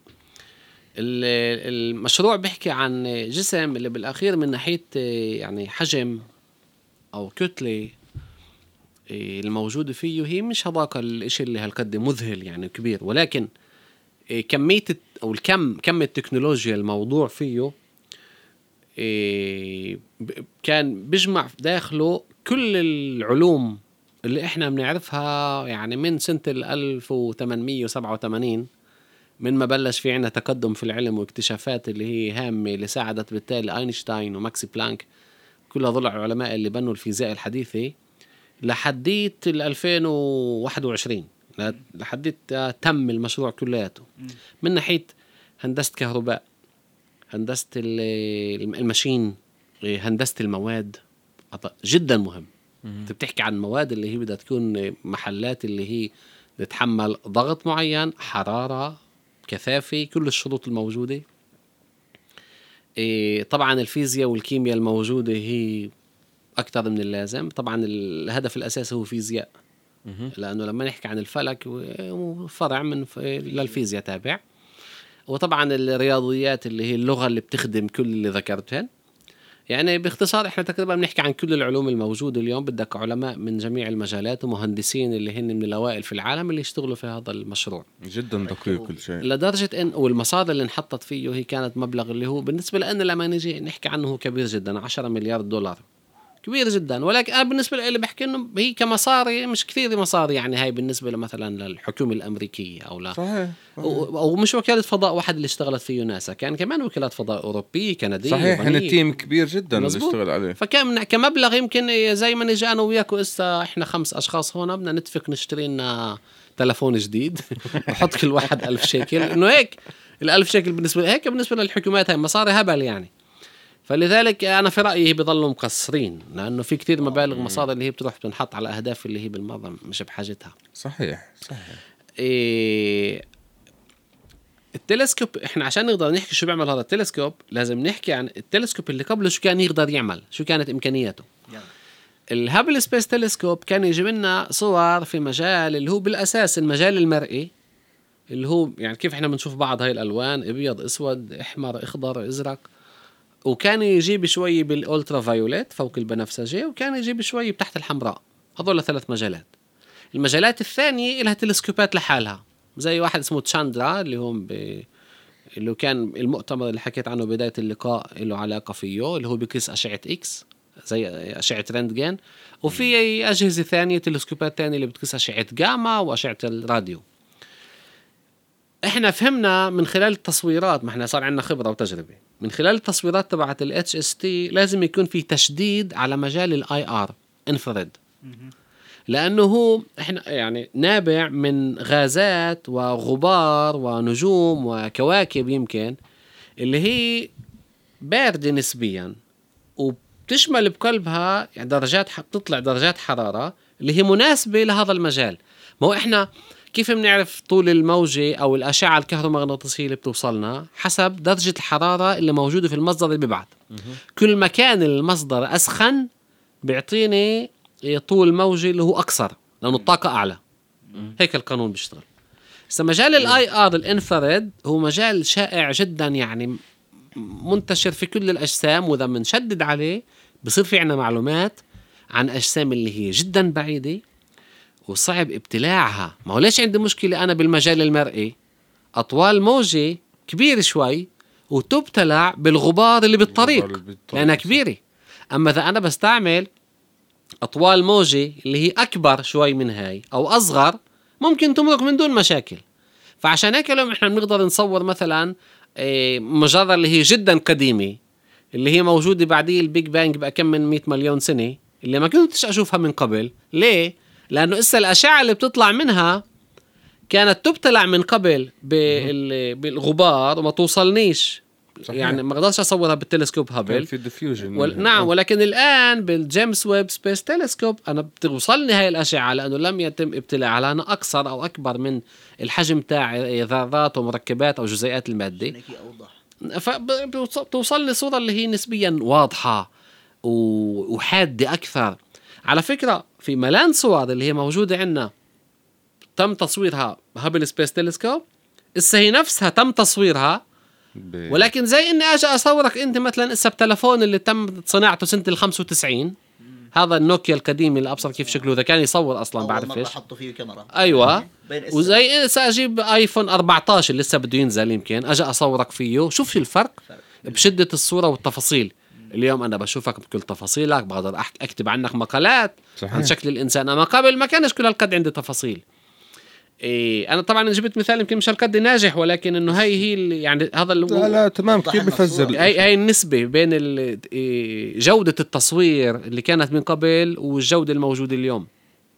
A: المشروع بيحكي عن جسم اللي بالأخير من ناحية يعني حجم أو كتلة الموجودة فيه هي مش هذاك الإشي اللي هالقد مذهل يعني كبير ولكن كمية أو كم التكنولوجيا الموضوع فيه كان بيجمع داخله كل العلوم اللي احنا بنعرفها يعني من سنة 1887 من ما بلش في عنا تقدم في العلم واكتشافات اللي هي هامة اللي ساعدت بالتالي أينشتاين وماكس بلانك كل هذول العلماء اللي بنوا الفيزياء الحديثة لحديت 2021 لحديت تم المشروع كلياته من ناحية هندسة كهرباء هندسة الماشين هندسة المواد جدا مهم. انت بتحكي عن مواد اللي هي بدها تكون محلات اللي هي تتحمل ضغط معين حرارة كثافة كل الشروط الموجودة. طبعا الفيزياء والكيمياء الموجودة هي أكثر من اللازم. طبعا الهدف الأساسي هو فيزياء لأنه لما نحكي عن الفلك فرع من للفيزياء تابع. وطبعا الرياضيات اللي هي اللغة اللي بتخدم كل اللي ذكرتهن. يعني باختصار احنا تقريبا بنحكي عن كل العلوم الموجودة اليوم بدك علماء من جميع المجالات ومهندسين اللي هن من الأوائل في العالم اللي يشتغلوا في هذا المشروع.
B: جدا دقيق كل شيء
A: لدرجة ان والمصادر اللي انحطت فيه هي كانت مبلغ اللي هو بالنسبة لنا لما نيجي نحكي عنه هو كبير جدا 10 مليار دولار كبير جدا. ولكن أنا بالنسبة لي بحكي إنه هي كمصاري مش كثير مصاري يعني هاي بالنسبة مثلا للحكومة الأمريكية أو لا
B: صحيح.
A: أو مش وكالة فضاء واحد اللي اشتغلت فيه ناسا كان كمان وكالات فضاء أوروبية كندية
B: صحيح هن تيم كبير جدا اللي اشتغل عليه.
A: فكان كمبلغ يمكن زي ما نجي أنا وياكو إسا إحنا 5 أشخاص هون بدنا نتفق نشتري لنا تلفون جديد نحط كل واحد 1000 شيكل إنه هيك 1000 شيكل بالنسبة هيك بالنسبة للحكومات هاي مصاري هبل يعني. فلذلك أنا في رأيي بيضلوا مقصرين لأنه في كتير مبالغ مصادر اللي هي بتروح بتنحط على أهداف اللي هي بالمرة مش بحاجتها.
B: صحيح.
A: التلسكوب إحنا عشان نقدر نحكي شو بيعمل هذا التلسكوب لازم نحكي عن التلسكوب اللي قبله شو كان يقدر يعمل شو كانت إمكانياته. الهابل سبيس تلسكوب كان يجيب لنا صور في مجال اللي هو بالأساس المجال المرئي اللي هو يعني كيف إحنا بنشوف بعض هاي الألوان أبيض أسود أحمر أخضر أزرق. وكان يجيب شوي بالأولترا فايوليت فوق البنفسجي وكان يجيب شوي بتحت الحمراء. هذول 3 مجالات. المجالات الثانية لها تلسكوبات لحالها زي واحد اسمه تشاندرا اللي هم اللي كان المؤتمر اللي حكيت عنه بداية اللقاء له علاقة فيه، اللي هو بقيس أشعة إكس زي أشعة رنتجن، وفي أجهزة ثانية تلسكوبات ثانية اللي بتقيس أشعة جاما وأشعة الراديو. احنا فهمنا من خلال التصويرات، ما احنا صار عندنا خبرة وتجربة من خلال التصويرات تبعت ال HST لازم يكون في تشديد على مجال ال IR infrared، لأنه هو احنا يعني نابع من غازات وغبار ونجوم وكواكب يمكن اللي هي باردة نسبيا، وبتشمل بقلبها يعني بتطلع درجات حرارة اللي هي مناسبة لهذا المجال. ما هو احنا كيف بنعرف طول الموجة أو الأشعة الكهرومغناطيسية اللي بتوصلنا؟ حسب درجة الحرارة اللي موجودة في المصدر اللي بيبعت. كل ما كان المصدر أسخن بيعطيني طول موجة اللي هو أكثر لأنه الطاقة أعلى. هيك القانون بيشتغل. مجال الاي ار الانفراد هو مجال شائع جدا، يعني منتشر في كل الأجسام، وإذا بنشدد عليه بصير في عنا معلومات عن أجسام اللي هي جدا بعيدة وصعب ابتلاعها. ما هو ليش عندي مشكلة أنا بالمجال المرئي؟ أطوال موجة كبيرة شوي وتبتلع بالغبار اللي بالطريق لأنها كبيرة. أما إذا أنا بستعمل أطوال موجة اللي هي أكبر شوي من هاي أو أصغر ممكن تمرق من دون مشاكل. فعشان هيك لو إحنا بنقدر نصور مثلا مجرة اللي هي جدا قديمة اللي هي موجودة بعديه البيج بانج بأكم من 100 مليون سنة اللي ما كنتش أشوفها من قبل. ليه؟ لأنه إسا الأشعة اللي بتطلع منها كانت تبتلع من قبل بالغبار وما توصلنيش. صحيح. يعني ما قدرش أصورها بالتلسكوب هابل
B: في الديفيوجن
A: نعم، ولكن الآن بالجيمس ويب سبيس تلسكوب أنا بتوصلني هاي الأشعة لأنه لم يتم ابتلاعها، أنا أكثر أو أكبر من الحجم تاع ذرات ومركبات أو جزيئات المادة، فبتوصل لي صورة اللي هي نسبيا واضحة وحادة أكثر. على فكرة في ملان صور اللي هي موجودة عندنا تم تصويرها هابل سبيس تلسكوب، إسا هي نفسها تم تصويرها ولكن زي إني أجي أصورك أنت مثلا إسا بتلفون اللي تم صناعته سنة 95 هذا النوكيا القديم اللي أبصر كيف شكله، إذا كان يصور أصلا بعرفش
C: حطوا فيه كاميرا.
A: أيوة وزي إسا أجيب آيفون 14 اللي لسه بده ينزل يمكن أجي أصورك فيه، شوف الفرق بشدة الصورة والتفاصيل. اليوم أنا بشوفك بكل تفاصيلك، بقدر أكتب عنك مقالات عن شكل الإنسان، أما قبل ما كانش كل هالقد عندي تفاصيل. أنا طبعا جبت مثال يمكن مش هالقد ناجح، ولكن إنه هي يعني هذا
B: لا تمام كتير بفزر.
A: هي النسبة بين جودة التصوير اللي كانت من قبل والجودة الموجودة اليوم.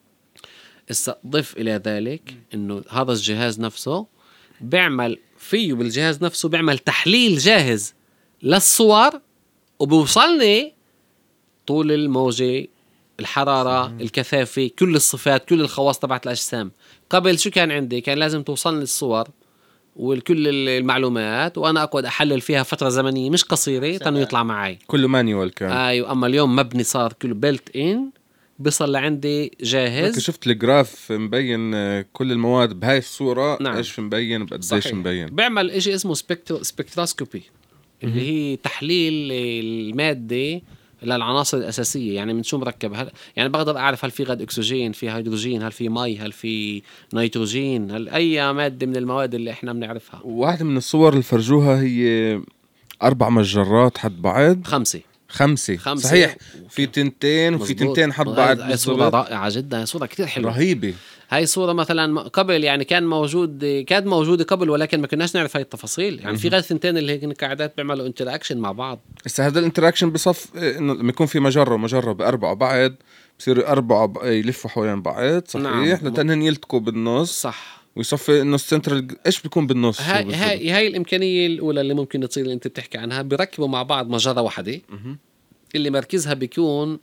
A: ضف إلى ذلك إنه هذا الجهاز نفسه بيعمل فيه بالجهاز نفسه بيعمل تحليل جاهز للصور وبوصلني طول الموجة، الحرارة، الكثافة، كل الصفات، كل الخواص تبعت الأجسام. قبل شو كان عندي؟ كان لازم توصلني الصور وكل المعلومات وأنا أقعد أحلل فيها فترة زمنية مش قصيرة تنو يطلع معي،
B: كله مانيوال كان.
A: أيوة. أما اليوم مبني صار كله بيلت إن، بيصل لعندي جاهز.
B: شفت الجراف مبين كل المواد بهاي الصورة.
A: نعم.
B: إيش مبين بقديش مبين.
A: بيعمل إشي اسمه سبكتروسكوبي اللي هي تحليل المادة للعناصر الأساسية، يعني من شو مركب. يعني بقدر أعرف هل في غاز أكسجين، في هيدروجين، هل في مي، هل في نيتروجين، هل أي مادة من المواد اللي إحنا بنعرفها.
B: واحدة من الصور اللي فرجوها هي 4 مجرات حد بعض.
A: 5
B: صحيح. في تنتين وفي تنتين حد بعض.
A: هاي صورة رائعة جدا، هاي صورة كتير حلوة
B: رهيبة.
A: هاي صورة مثلا قبل يعني كانت موجودة قبل ولكن ما كناش نعرف هاي التفاصيل. يعني في غاز ثنتين اللي هيك قاعدات بيعملوا انتراكشن مع بعض.
B: هذا الانتراكشن بصف إنه لما يكون في مجرة ومجرة ب4 بعض بصيروا 4 يلفوا حوالين بعض. صحيح. نعم. لتنهن يلتقوا بالنص.
A: صح.
B: ويصفي إنه السنترال إيش بيكون بالنص.
A: هاي الإمكانية الأولى اللي ممكن تصير اللي أنت بتحكي عنها. بيركبوا مع بعض مجرة واحدة اللي مركزها بيكون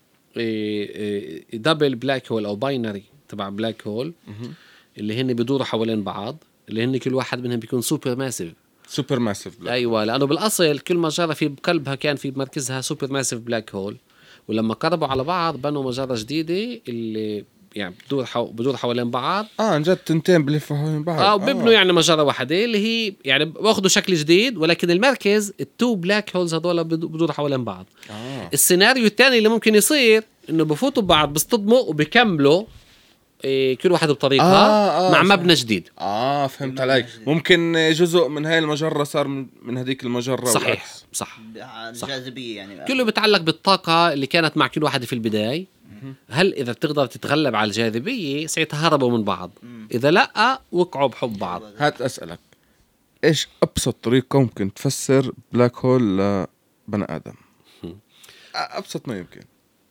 A: دبل بلاك هول أو باينري تبع بلاك هول اللي هن بيدوروا حوالين بعض، اللي هن كل واحد منهم بيكون سوبر ماسيف. أيوة، لأنه بالأصل كل مجرة في بقلبها كان في مركزها سوبر ماسيف بلاك هول، ولما قربوا على بعض بنوا مجرة جديدة اللي يعني بدور حوالين بعض.
B: جد تنتين بلفوا حوالين بعض.
A: وبيبنوا يعني مجرة واحدة اللي هي يعني باخدوا شكل جديد، ولكن المركز التو بلاك هولز هذول بدور حوالين بعض. السيناريو الثاني اللي ممكن يصير إنه بفوتوا بعض بيصطدموا وبيكملوا كل واحد بطريقة مع مبنى جديد.
B: فهمت عليك. ممكن جزء من هاي المجرة صار من هذيك المجرة.
A: صحيح
B: والعكس.
A: صح.
C: الجاذبية يعني
A: كله بيتعلق بالطاقة اللي كانت مع كل واحد في البداية. هل إذا بتقدر تتغلب على الجاذبية ساعتها هربوا من بعض، إذا لأ وقعوا بحب بعض.
B: هات أسألك، إيش أبسط طريقة ممكن تفسر بلاك هول لبني آدم؟ أبسط ما يمكن.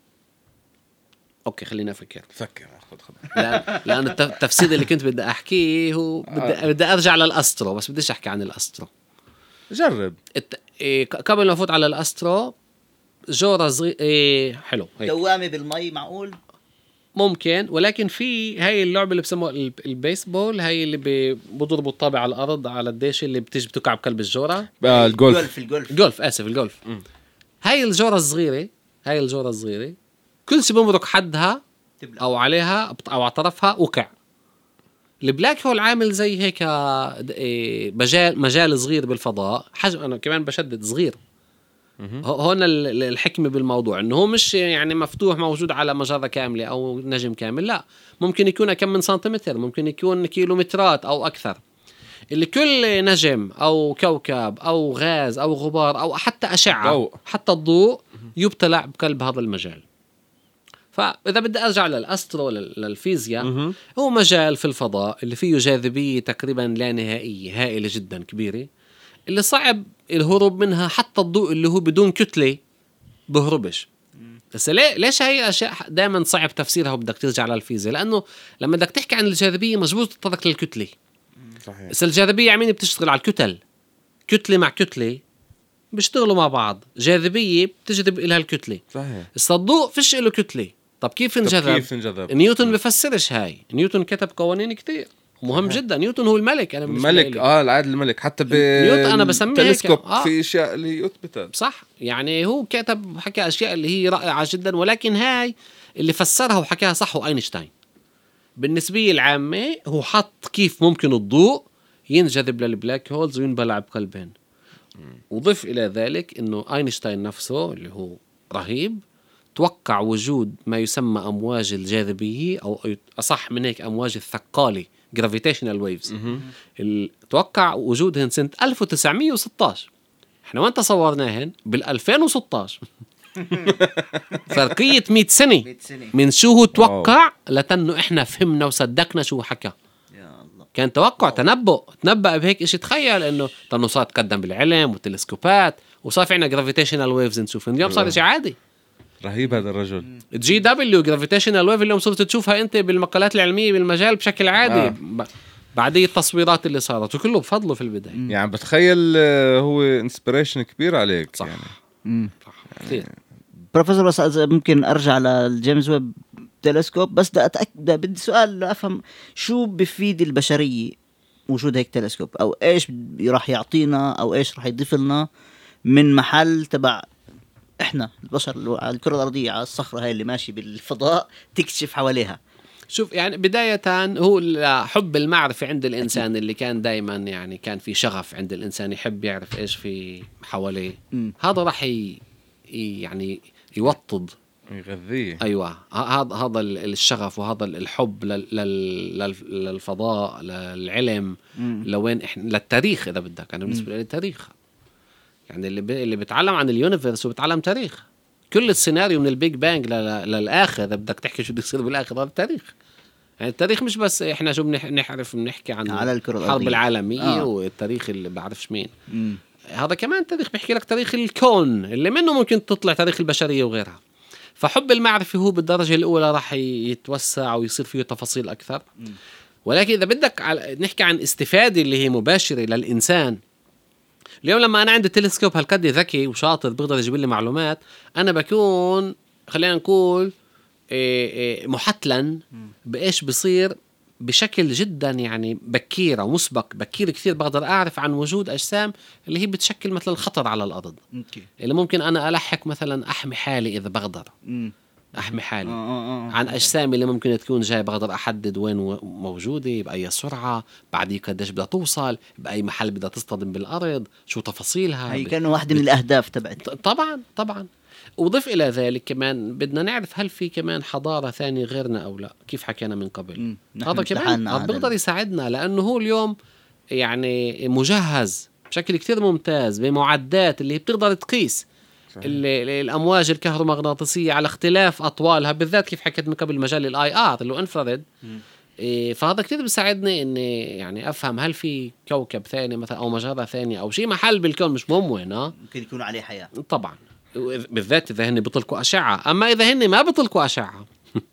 A: أوكي خلينا أفكر.
B: خد.
A: لأن التفسير اللي كنت بدي أحكيه هو بدي أرجع للأسترو، بس بديش أحكي عن الأسترو.
B: جرب.
A: قبل ما أفوت على الأسترو، جورة صغير حلو هيك.
C: دوامة بالمي معقول
A: ممكن، ولكن في هاي اللعبة اللي بسموها البيسبول، هاي اللي بضربوا الطابع على الأرض على الديش اللي بتيجي بتكعب كلب الجورة. الجولف آسف الجولف. هاي الجورة الصغيرة كل شيء بمرق حدها أو عليها أو على طرفها وقع. البلاك هول عامل زي هيك مجال صغير بالفضاء، حجم أنا كمان بشدد صغير. هون الحكمة بالموضوع إنه هو مش يعني مفتوح موجود على مجرة كاملة أو نجم كامل، لا ممكن يكون كم من سنتيمتر، ممكن يكون كيلومترات أو أكثر، اللي كل نجم أو كوكب أو غاز أو غبار أو حتى أشعة حتى الضوء يبتلع بقلب هذا المجال. فإذا بدي أرجع للأسترو للفيزياء، هو مجال في الفضاء اللي فيه جاذبية تقريبا لا نهائية هائلة جدا كبيرة، اللي صعب الهروب منها، حتى الضوء اللي هو بدون كتلة بهربش. بس ليش هاي الأشياء دائما صعب تفسيرها وبدك ترجع للفيزياء؟ لأنه لما بدك تحكي عن الجاذبية مجبور تتطرق للكتلة.
B: صحيح.
A: بس الجاذبية عمين بتشتغل على الكتل، كتلة مع كتلة بيشتغلوا مع بعض، جاذبية بتجذب إلها الكتلة.
B: صحيح.
A: بس الضوء فيش له كتلة، طب كيف انجذب؟ نيوتن بفسرش هاي. نيوتن كتب قوانين كتير مهم جدا. نيوتن هو الملك. أنا
B: الملك العادل الملك حتى
A: نيوتن أنا بسميه
B: تلسكوب في أشياء اللي يثبتها
A: صح. يعني هو كتب وحكى أشياء اللي هي رائعة جدا، ولكن هاي اللي فسرها وحكاها صح هو أينشتاين. بالنسبة العامة هو حط كيف ممكن الضوء ينجذب للبلاك هولز وينبلع بقلبين. وضف إلى ذلك إنه أينشتاين نفسه اللي هو رهيب توقع وجود ما يسمى أمواج الجاذبية، أو أصح من هيك أمواج الثقالي gravitational waves. توقع وجودهن سنة 1916. احنا وين تصورناهن؟ بال2016. فرقية 100 سنة من شو هو توقع لتنو احنا فهمنا وصدقنا شو حكى. كان توقع تنبأ بهيك إشي. تخيل إنه تنو صار تقدم بالعلم والتلسكوبات وصار في عنا gravitational waves نشوف. اليوم صار إشي عادي.
B: رهيب هذا الرجل.
A: GW gravitational wave اليوم صرت تشوفها أنت بالمقالات العلمية بالمجال بشكل عادي بعديه التصويرات اللي صارت، وكله بفضله في البداية.
B: يعني بتخيل هو انسبيريشن كبير عليك.
A: صح.
B: يعني
A: كثير.
C: بروفيسور، بس ممكن أرجع للجيمس ويب تلسكوب، بس بدي سؤال أفهم شو بفيد البشرية وجود هيك تلسكوب، أو إيش راح يعطينا، أو إيش راح يضيف لنا من محل تبع إحنا البشر على الكرة الأرضية، على الصخرة هاي اللي ماشي بالفضاء تكشف حواليها.
A: شوف يعني بداية هو حب المعرفة عند الإنسان اللي كان دايما يعني كان في شغف عند الإنسان يحب يعرف إيش في حواليه. هذا راح يعني يوطد
B: يغذيه.
A: أيوة هذا الشغف وهذا الحب للفضاء للعلم لوين إحنا للتاريخ. إذا بدك أنا بالنسبة لي التاريخ يعني اللي بيتعلم عن اليونيفرس وبيتعلم تاريخ. كل السيناريو من البيج بانج للآخر إذا بدك تحكي شو بده يصير بالآخر هذا التاريخ. يعني التاريخ مش بس إحنا شو بنعرف بنحكي عن الحرب العالمية والتاريخ اللي بعرفش مين. هذا كمان تاريخ بيحكي لك تاريخ الكون اللي منه ممكن تطلع تاريخ البشرية وغيرها. فحب المعرفة هو بالدرجة الأولى راح يتوسع ويصير فيه تفاصيل أكثر. ولكن إذا بدك نحكي عن استفادة اللي هي مباشرة للإنسان، اليوم لما أنا عندي تلسكوب هالقد ذكي وشاطر بقدر يجيب لي معلومات، أنا بكون خلينا نقول محتلا بإيش بصير بشكل جدا يعني بكير أو مسبق بكير كثير. بقدر أعرف عن وجود أجسام اللي هي بتشكل مثل الخطر على الأرض اللي ممكن أنا ألحق مثلا أحمي حالي إذا بقدر أحمي حالي عن أجسام اللي ممكن تكون جاي. بقدر أحدد وين موجودة، بأي سرعة، بعد قديش بدها توصل، بأي محل بدها تصطدم بالأرض، شو تفاصيلها.
C: هي كانوا واحدة من الأهداف تبعت.
A: طبعا وضف إلى ذلك كمان بدنا نعرف هل في كمان حضارة ثانية غيرنا أو لا، كيف حكينا من قبل. هذا كمان بيقدر يساعدنا، لأنه هو اليوم يعني مجهز بشكل كتير ممتاز بمعدات اللي بتقدر تقيس الأمواج الكهرومغناطيسية على اختلاف أطوالها، بالذات كيف حكيت من قبل مجال الآي آر اللي هو انفراريد. فهذا كتير بيساعدني إني يعني أفهم هل في كوكب ثاني مثلا أو مجرة ثانية أو شيء محل بالكون مش مهم وين
C: ممكن يكون عليه حياة.
A: طبعا بالذات إذا هن بيطلقوا أشعة. أما إذا هن ما بيطلقوا أشعة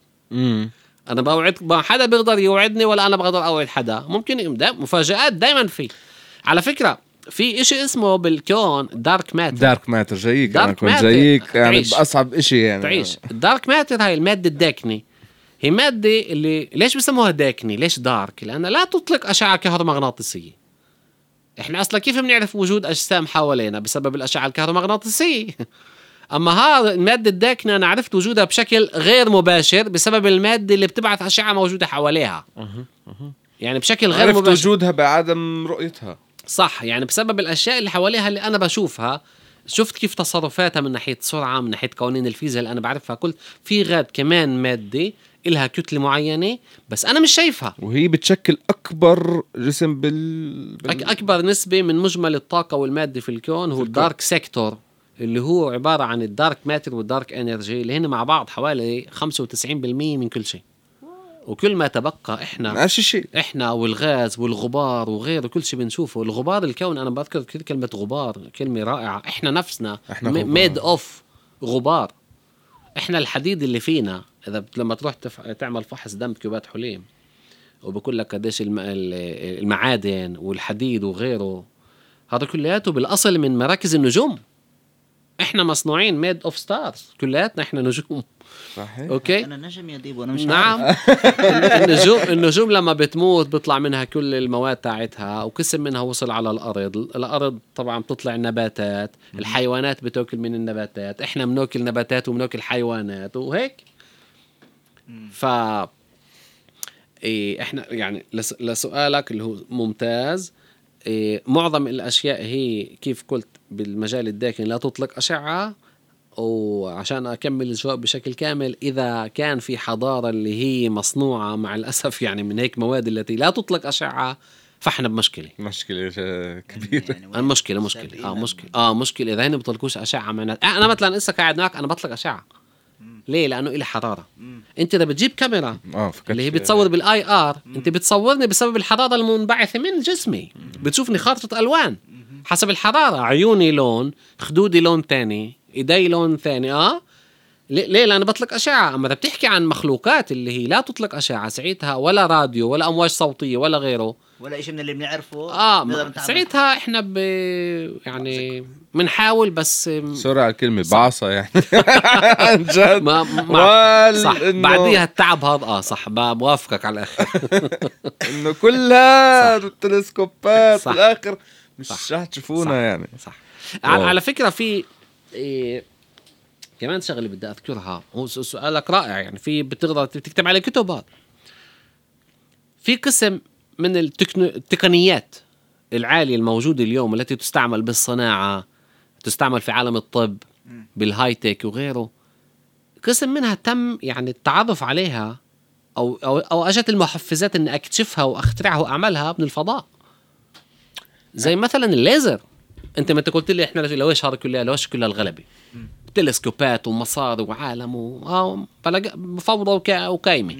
A: أنا بوعد، ما حدا بيقدر يوعدني ولا أنا بقدر أوعد حدا. ممكن مفاجآت دايما في. على فكرة في إشي اسمه بالكون دارك ماتر.
B: جايك أنا كنت جايك يعني بأصعب إشي يعني
A: تعيش. الدارك ماتر هاي المادة الداكنة، هي مادة اللي ليش بسموها داكنة؟ ليش دارك؟ لأنها لا تطلق أشعة كهرومغناطيسية. إحنا أصلا كيف بنعرف وجود أجسام حوالينا؟ بسبب الأشعة الكهرومغناطيسية. أما هذا المادة الداكنة أنا عرفت وجودها بشكل غير مباشر بسبب المادة اللي بتبعث أشعة موجودة حواليها. يعني بشكل غير مباشر
B: عرفت وجودها بعدم رؤيتها.
A: صح، يعني بسبب الأشياء اللي حواليها اللي أنا بشوفها. شفت كيف تصرفاتها من ناحية سرعة، من ناحية قوانين الفيزياء اللي أنا بعرفها. كل في غاد كمان مادة إلها كتلة معينة بس أنا مش شايفها،
B: وهي بتشكل أكبر جسم
A: أكبر نسبة من مجمل الطاقة والمادة في الكون هو الدارك سيكتور، اللي هو عبارة عن الدارك ماتر والدارك انرجي اللي هن مع بعض حوالي 95% من كل شيء. وكل ما تبقى احنا والغاز والغبار وغيره كل شيء بنشوفه. الغبار الكون انا بذكر كلمة غبار، كلمة رائعة. احنا نفسنا ميد اوف غبار. احنا الحديد اللي فينا اذا لما تروح تعمل فحص دم كيوبات حليم وبقول لك قديش المعادن والحديد وغيره، هذا كلياته بالاصل من مراكز النجوم. احنا مصنوعين ميد اوف ستارز، كلياتنا احنا نجوم.
B: صحيح.
A: اوكي
C: انا نجم يا ديب وانا مش
A: نعم. النجوم لما بتموت بيطلع منها كل المواد تاعتها، وقسم منها وصل على الارض طبعا بتطلع النباتات، الحيوانات بتاكل من النباتات، احنا بناكل نباتات وبناكل حيوانات وهيك. ف احنا يعني لسؤالك اللي هو ممتاز، معظم الاشياء هي كيف قلت بالمجال الداكن لا تطلق اشعه. وعشان أكمل الجواب بشكل كامل، إذا كان في حضارة اللي هي مصنوعة مع الأسف يعني من هيك مواد التي لا تطلق أشعة، فإحنا بمشكلة
B: كبيرة.
A: يعني مشكلة إذا هن بطلقوش أشعة معنا. أنا مثلا إسا قاعد معك أنا بطلق أشعة. ليه؟ لأنه إلي حرارة. أنت إذا بتجيب كاميرا اللي هي بتصور بالآي آر، أنت بتصورني بسبب الحرارة المنبعثة من جسمي. بتشوفني خارطة ألوان حسب الحرارة، عيوني لون، خدودي لون تاني، إيدي لون ثاني. ليه؟ لأن بطلق أشعة. أما إذا بتحكي عن مخلوقات اللي هي لا تطلق أشعة ساعتها، ولا راديو ولا أمواج صوتية ولا غيره
C: ولا إشي من اللي بنعرفه،
A: ساعتها إحنا يعني بنحاول بس
B: سرعة الكلمة بعصا يعني. جد
A: صح. بعديها التعب هذا صح، بوافقك على الآخر.
B: إنه كلها التلسكوبات في الآخر مش راح تشوفونا يعني.
A: صح. على فكرة في كمان شغله بدي أذكرها، هو سؤالك رائع. يعني في بتقدر تكتب عليه كتب. في قسم من التقنيات العالية الموجودة اليوم التي تستعمل بالصناعة، تستعمل في عالم الطب بالهايتك وغيره، قسم منها تم يعني التعرف عليها أو أجت المحفزات أن أكتشفها وأخترعها وأعملها من الفضاء. زي مثلا الليزر. انت ما قلت لي احنا لويش هذا كله، لويش كلها الغلبة تلسكوبات ومصاري وعالم مفوضة وكايمة.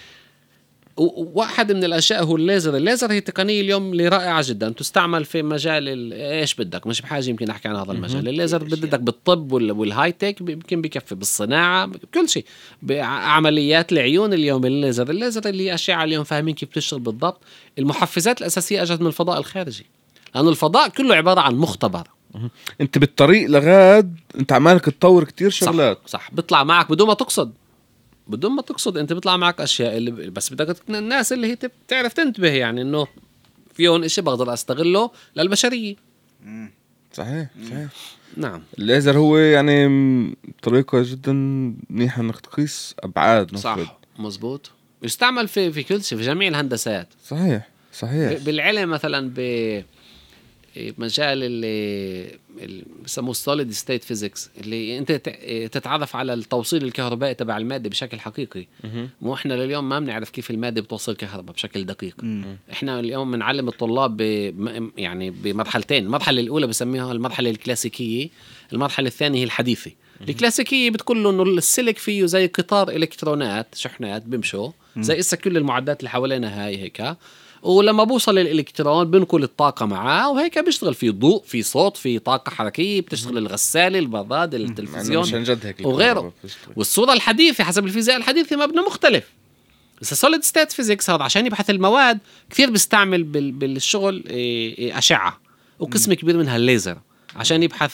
A: وواحد من الاشياء هو الليزر هي تقنية اليوم اللي رائعة جدا، تستعمل في مجال ايش بدك، مش بحاجة يمكن احكي عن هذا المجال. الليزر بدك بالطب والهايتك، يمكن بكفي بالصناعة كل شيء، بعمليات العيون اليوم. الليزر اللي أشعة اليوم فاهمين كيف تشتغل بالضبط. المحفزات الأساسية اجت من الفضاء الخارجي، لأن الفضاء كله عبارة عن مختبر.
B: انت بالطريق لغاد انت عمالك تطور كتير شغلات.
A: صح. بيطلع معك بدون ما تقصد انت بيطلع معك اشياء اللي بس بدك الناس اللي هي تعرف تنتبه، يعني انه فيهم اشي بقدر استغله للبشرية.
B: صحيح.
A: نعم.
B: الليزر هو يعني طريقة جدا منيحة انك تقيس ابعاد.
A: صح مزبوط. يستعمل في كل شيء، في جميع الهندسات.
B: صحيح.
A: بالعلم مثلا مجال اللي بسموه solid state physics اللي انت تتعرف على التوصيل الكهربائي تبع المادة بشكل حقيقي. مو احنا لليوم ما بنعرف كيف المادة بتوصل كهرباء بشكل دقيق. احنا اليوم بنعلم الطلاب يعني بمرحلتين. المرحلة الأولى بسميها المرحلة الكلاسيكية، المرحلة الثانية هي الحديثة. الكلاسيكية بتقول له انه السلك فيه زي قطار الكترونات شحنات بيمشوا زي إسا كل المعدات اللي حوالينا هاي هيك، ولما بوصل الإلكترون بنقل الطاقة معاه وهيك بيشتغل في ضوء في صوت في طاقة حركية، بتشتغل الغسالة البراد التلفزيون وغيره. والصورة الحديثة حسب الفيزياء الحديثة مبنى مختلف. بس solid state physics هذا عشان يبحث المواد كثير بيستعمل بالشغل أشعة وقسم كبير منها الليزر عشان يبحث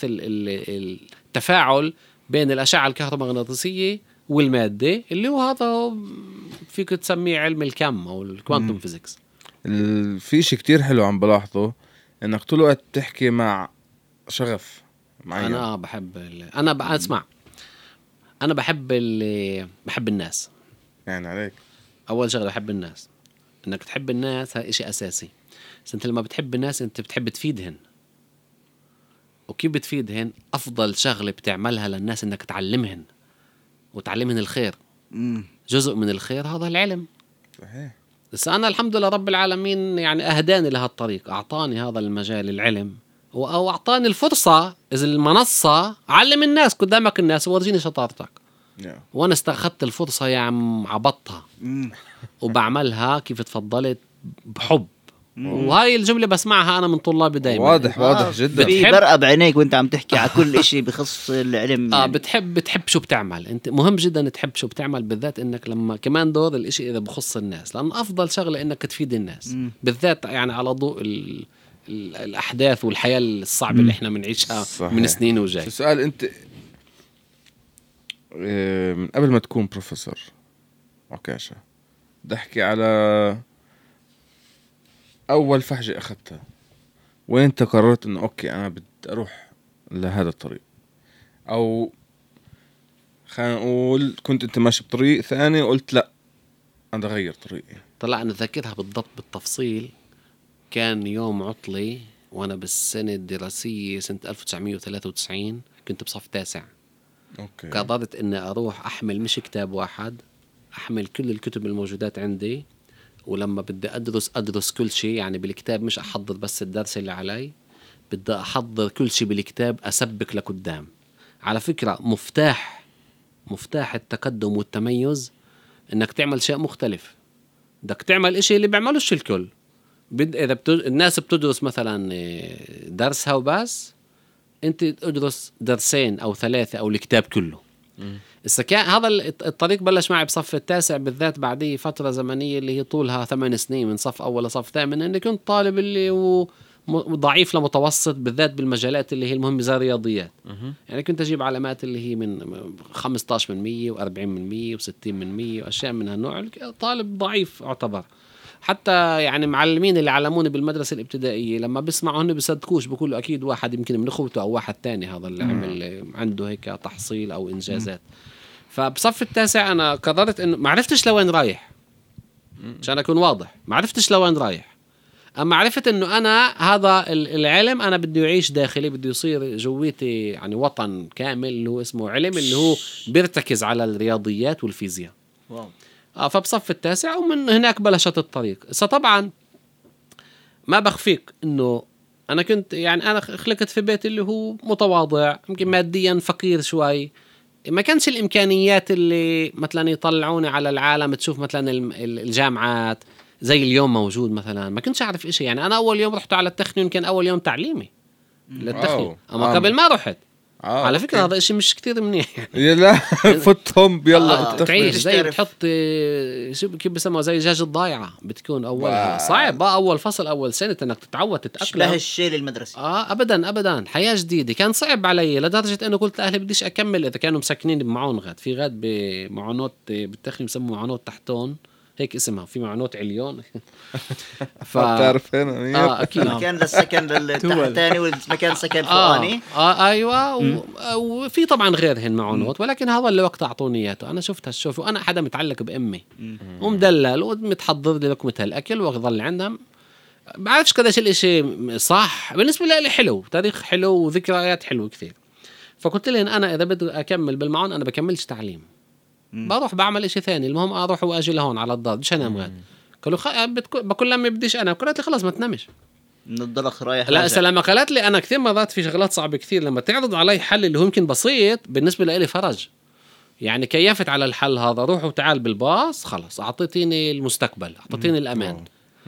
A: التفاعل بين الأشعة الكهرومغناطيسية والمادة اللي هو هذا فيك تسميه علم الكم أو الكوانتم فيزيكس.
B: في شيء كتير حلو عم بلاحظه انك طول الوقت تحكي مع شغف معين.
A: انا بحب اسمع، انا بحب الناس.
B: يعني عليك
A: اول شغله بحب الناس. انك تحب الناس هذا شيء اساسي. بس انت لما بتحب الناس انت بتحب تفيدهن. وكيف بتفيدهن؟ افضل شغله بتعملها للناس انك تعلمهن وتعلمهن الخير. جزء من الخير هذا العلم.
B: صحيح.
A: بس أنا الحمد لله رب العالمين يعني أهداني لهالطريق، أعطاني هذا المجال العلم أو أعطاني الفرصة إذا المنصة علم الناس قدامك الناس وورجيني شطارتك. وأنا استخدت الفرصة يا عم عبطها وبعملها كيف تفضلت بحب. وهاي الجملة بسمعها أنا من طلابي دايما.
B: واضح جدا.
C: برقة بعينيك وانت عم تحكي على كل إشي بخص العلم.
A: يعني. بتحب شو بتعمل انت. مهم جدا تحب شو بتعمل، بالذات انك لما كمان دور الإشي إذا بخص الناس، لأن أفضل شغلة انك تفيد الناس. بالذات يعني على ضوء الأحداث والحياة الصعبة اللي احنا بنعيشها من سنين وجاي.
B: السؤال انت من قبل ما تكون بروفيسور عكاشة بدي احكي على أول فحجة أخذتها وين أنت قررت إنه أوكي أنا بدي أروح لهذا الطريق، أو خلينا نقول كنت أنت ماشي بطريق ثاني وقلت لأ أنا أغير طريقي؟
A: طلع أنا ذاكرها بالضبط بالتفصيل. كان يوم عطلي وأنا بالسنة الدراسية سنة 1993 كنت بصف 9.
B: أوكي.
A: قررت إني أروح أحمل مش كتاب واحد، أحمل كل الكتب الموجودات عندي، ولما بدي أدرس كل شيء يعني بالكتاب، مش أحضر بس الدرس اللي علي، بدي أحضر كل شيء بالكتاب أسبك لقدام. على فكرة مفتاح التقدم والتميز إنك تعمل شيء مختلف. بدك تعمل إشي اللي بيعملوش الكل. إذا الناس بتدرس مثلا درسها وبس، أنت أدرس درسين أو 3 أو الكتاب كله. كان هذا الطريق بلش معي بصف 9 بالذات، بعديه فترة زمنية اللي هي طولها 8 سنين من صف أول لصف 8، إني كنت طالب اللي هو ضعيف لمتوسط بالذات بالمجالات اللي هي المهمة زي الرياضيات. يعني كنت أجيب علامات اللي هي من 15% و40% و60% وأشياء من هالنوع. طالب ضعيف أعتبر. حتى يعني معلمين اللي علموني بالمدرسة الابتدائية لما بيسمعوا هن بيصدقوش، بيقولوا أكيد واحد يمكن من أخوته أو واحد تاني هذا اللي عمل عنده هيك تحصيل أو إنجازات. فبصف 9 أنا قررت إنه ما عرفتش لوين رايح، عشان أكون واضح ما عرفتش لوين رايح. أما عرفت إنه أنا هذا العلم أنا بدي أعيش داخلي، بدي يصير جويتي يعني وطن كامل اللي هو اسمه علم، اللي هو بيرتكز على الرياضيات والفيزياء. فبصف 9 ومن هناك بلشت الطريق. طبعا ما بخفيك إنه أنا كنت يعني أنا خلقت في بيت اللي هو متواضع، يمكن ماديا فقير شوي، ما كانش الإمكانيات اللي مثلا يطلعوني على العالم تشوف مثلا الجامعات زي اليوم موجود. مثلا ما كنتش أعرف إشي. يعني أنا أول يوم رحت على التخنين كان أول يوم تعليمي للتخنين، أما قبل ما رحت على فكرة هذا إشي مش كتير منيح يعني.
B: يلا فتهم يلا
A: تعيش زي بتحط شو كيف بسموها زي دجاج الضايعة، بتكون أولها صعب أول فصل أول سنة إنك تتعود تتأقلم.
C: شبه الشيء للمدرسة.
A: أبدا حياة جديدة. كان صعب علي لدرجة إنه قلت لأهلي بديش أكمل إذا كانوا مسكنين بمعون غاد. في غاد بمعونات بالتخنين بسموه معونات تحتون هيك اسمها، في معونات عليون.
B: تعرف هنا
A: أكيد
C: مكان للسكن التحتاني والمكان سكن فوقاني.
A: أيوة. وفي طبعا غيرهن معونات، ولكن هذا اللي وقت أعطوني إياه. أنا شفت هالشوف وأنا حدا متعلق بأمي ومدلل ومتحضر لي لقمة هالأكل وأظل عندهم بعرفش قديش الاشي صح. بالنسبة لي حلو، تاريخ حلو وذكريات حلوة كثير. فقلت لهم أنا إذا بدي أكمل بالمعون أنا بكملش تعليم، بروح بعمل إشي ثاني، المهم أروح وأجي لهون على الضاد مش أنام غاد. قالوا بقول لما بديش أنا، قلت لي خلاص ما تنامش
C: نضلك رايح.
A: لا سلامة. قالت لي أنا كثير مرات في شغلات صعبة كثير لما تعرض علي حل اللي هو يمكن بسيط بالنسبة لي فرج، يعني كيفت على الحل هذا، روح وتعال بالباص خلاص، أعطيتيني المستقبل، أعطيتيني الأمان.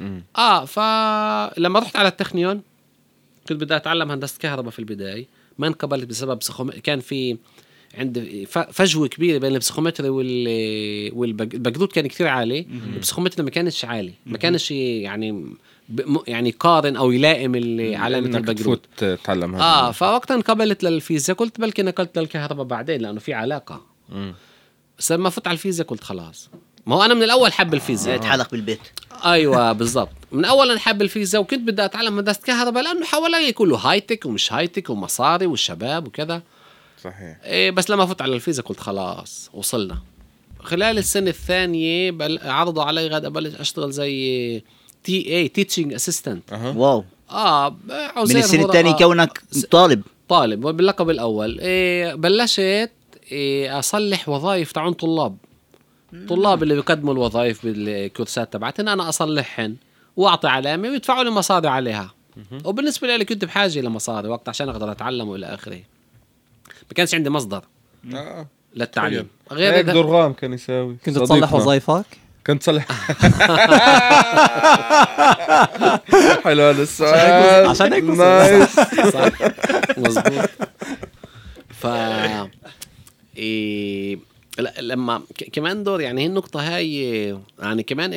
A: فلما رحت على التخنيون كنت بدي أتعلم هندسة كهرباء في البداية، ما انقبلت بسبب كان في عند فجوة كبيرة بين البسيخومتري والبقدود كان كثير عالي، البسيخومتري ما كانش عالي، ما كانش يعني قارن أو يلائم علامة البقدود
B: تتعلم هذا.
A: فوقتها انقبلت للفيزياء، قلت بلكي نقلت للكهرباء بعدين لأنه في علاقة. بس لما فت على الفيزياء قلت خلاص، ما هو أنا من الأول حب الفيزياء.
C: يتحلق بالبيت.
A: أيوة بالضبط، من أول أنا حب الفيزياء وكنت بدي أتعلم هندسة كهرباء لأنه حوالي كله هايتك ومش هايتك ومصاري والشباب وكذا.
B: صحيح.
A: بس لما فت على الفيزياء قلت خلاص وصلنا. خلال السنة الثانية عرضوا علي غاد أبلش أشتغل زي teaching assistant.
C: واو.
A: من
C: السنة الثانية كونك طالب
A: باللقب الأول. بلشت أصلح وظائف تعون طلاب اللي بيقدموا الوظائف بالكورسات تبعتنا، أنا أصلحهن وأعطي علامة ويدفعوا لي مصاري عليها. وبالنسبة لي كنت بحاجة لمصاري وقت عشان أقدر أتعلم وإلى آخره، ما كانش عندي مصدر للتعليم
B: غير هيك. درغام كان يساوي.
D: كنت تصلح وظائفك؟
B: كنت تصلح. حلو هذا السؤال
D: عشان هيك
B: نايس.
A: صح مظبوط. لما كمان دور يعني هي النقطة هاي يعني كمان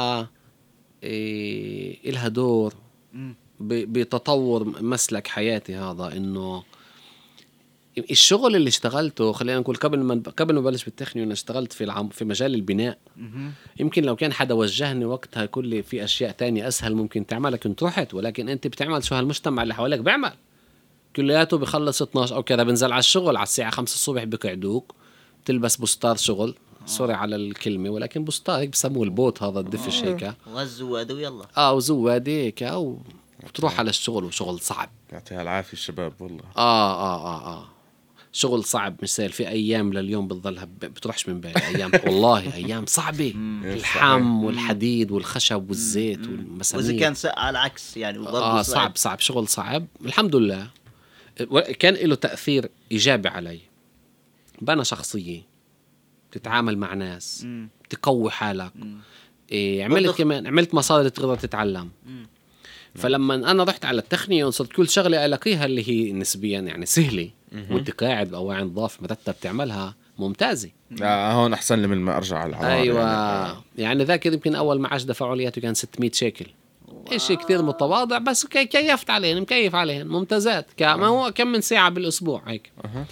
A: إلها دور بتطور مسلك حياتي هذا، إنه الشغل اللي اشتغلته خلينا نقول قبل ما بلش بالتخنيون اشتغلت في مجال البناء. يمكن لو كان حدا وجهني وقتها كل في أشياء تانية أسهل ممكن تعملها كنت رحت، ولكن أنت بتعمل شو هالمجتمع اللي حواليك بيعمل، كلياته بخلص 12 أو كذا بنزل على الشغل على الساعة 5 الصبح بقعدوك تلبس بوستار شغل، سوري على الكلمة ولكن بوستار هيك بسموه البوت هذا الدفش هيك
C: والزواد ويلا
A: وزواد هيك وتروح على الشغل، وشغل صعب.
B: يعطيها العافية الشباب والله.
A: شغل صعب مش سهل. في أيام لليوم بتضلها بتروحش من بالي أيام والله أيام صعبة. الحم والحديد والخشب والزيت والمسامير،
C: وإذا كان على العكس يعني
A: صعب شغل صعب. الحمد لله كان له تأثير إيجابي علي، بنا شخصية، تتعامل مع ناس، تقوي حالك. عملت مصادر تقدر تتعلم. فلما أنا رحت على التخنيون صرت كل شغلة ألاقيها اللي هي نسبيا يعني سهلة وانت قاعد بأواعي نظاف مرتب تعملها ممتازة.
B: هون أحسن لي من ما أرجع على العوار.
A: أيوة يعني ذاك يمكن أول معاش دفعوا لي كان 600 شيكل. إشي كثير متواضع بس كيفت عليهم، مكيف عليهم ممتازات. ما هو كم من ساعة بالأسبوع هيك.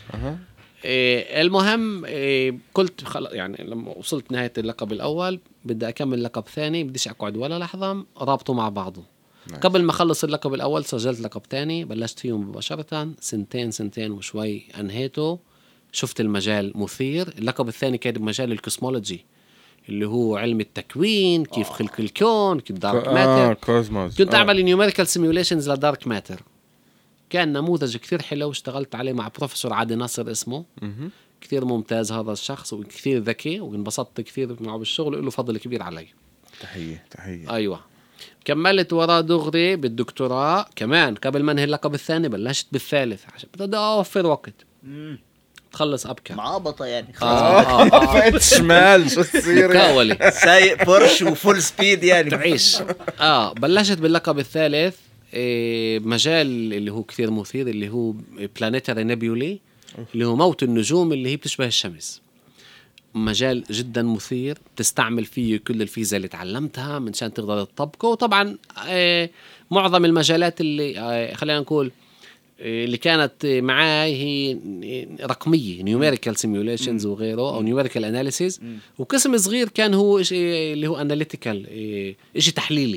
A: المهم قلت خلاص يعني لما وصلت نهاية اللقب الأول بدي أكمل لقب ثاني، بديش أقعد ولا لحظة رابطه مع بعضه. قبل ما أخلص اللقب الأول سجلت لقب ثاني، بلشت فيهم مباشرة سنتين وشوي أنهيته. شفت المجال مثير. اللقب الثاني كان بمجال الكوسمولوجي اللي هو علم التكوين، كيف خلق الكون، كيف دارك ماتر. كنت أعمل نيوميريكال سيميوليشنز لدارك ماتر. كان نموذج كثير حلو، اشتغلت عليه مع بروفيسور عادي ناصر اسمه، كثير ممتاز هذا الشخص وكثير ذكي، وانبسطت كثير معه بالشغل وله فضل كبير علي.
B: تحية.
A: أيوة كملت وراه دغري بالدكتوراه كمان. قبل ما انهي اللقب الثاني بلشت بالثالث عشان بدي أوفر وقت تخلص أبكر
C: معابطة يعني
B: فقت شمال شو تصير
A: مكاولي
C: سايق بورش وفول سبيد يعني
A: تعيش. بلشت باللقب الثالث مجال اللي هو كثير مثير اللي هو بلانيتاري نيبيولي اللي هو موت النجوم اللي هي بتشبه الشمس. مجال جدا مثير تستعمل فيه كل الفيزياء اللي تعلمتها من شان تقدر تطبقه. وطبعا معظم المجالات اللي خلينا نقول اللي كانت معاي هي رقمية numerical simulations وغيره أو numerical analysis. وقسم صغير كان هو اللي هو analytical إشي تحليلي.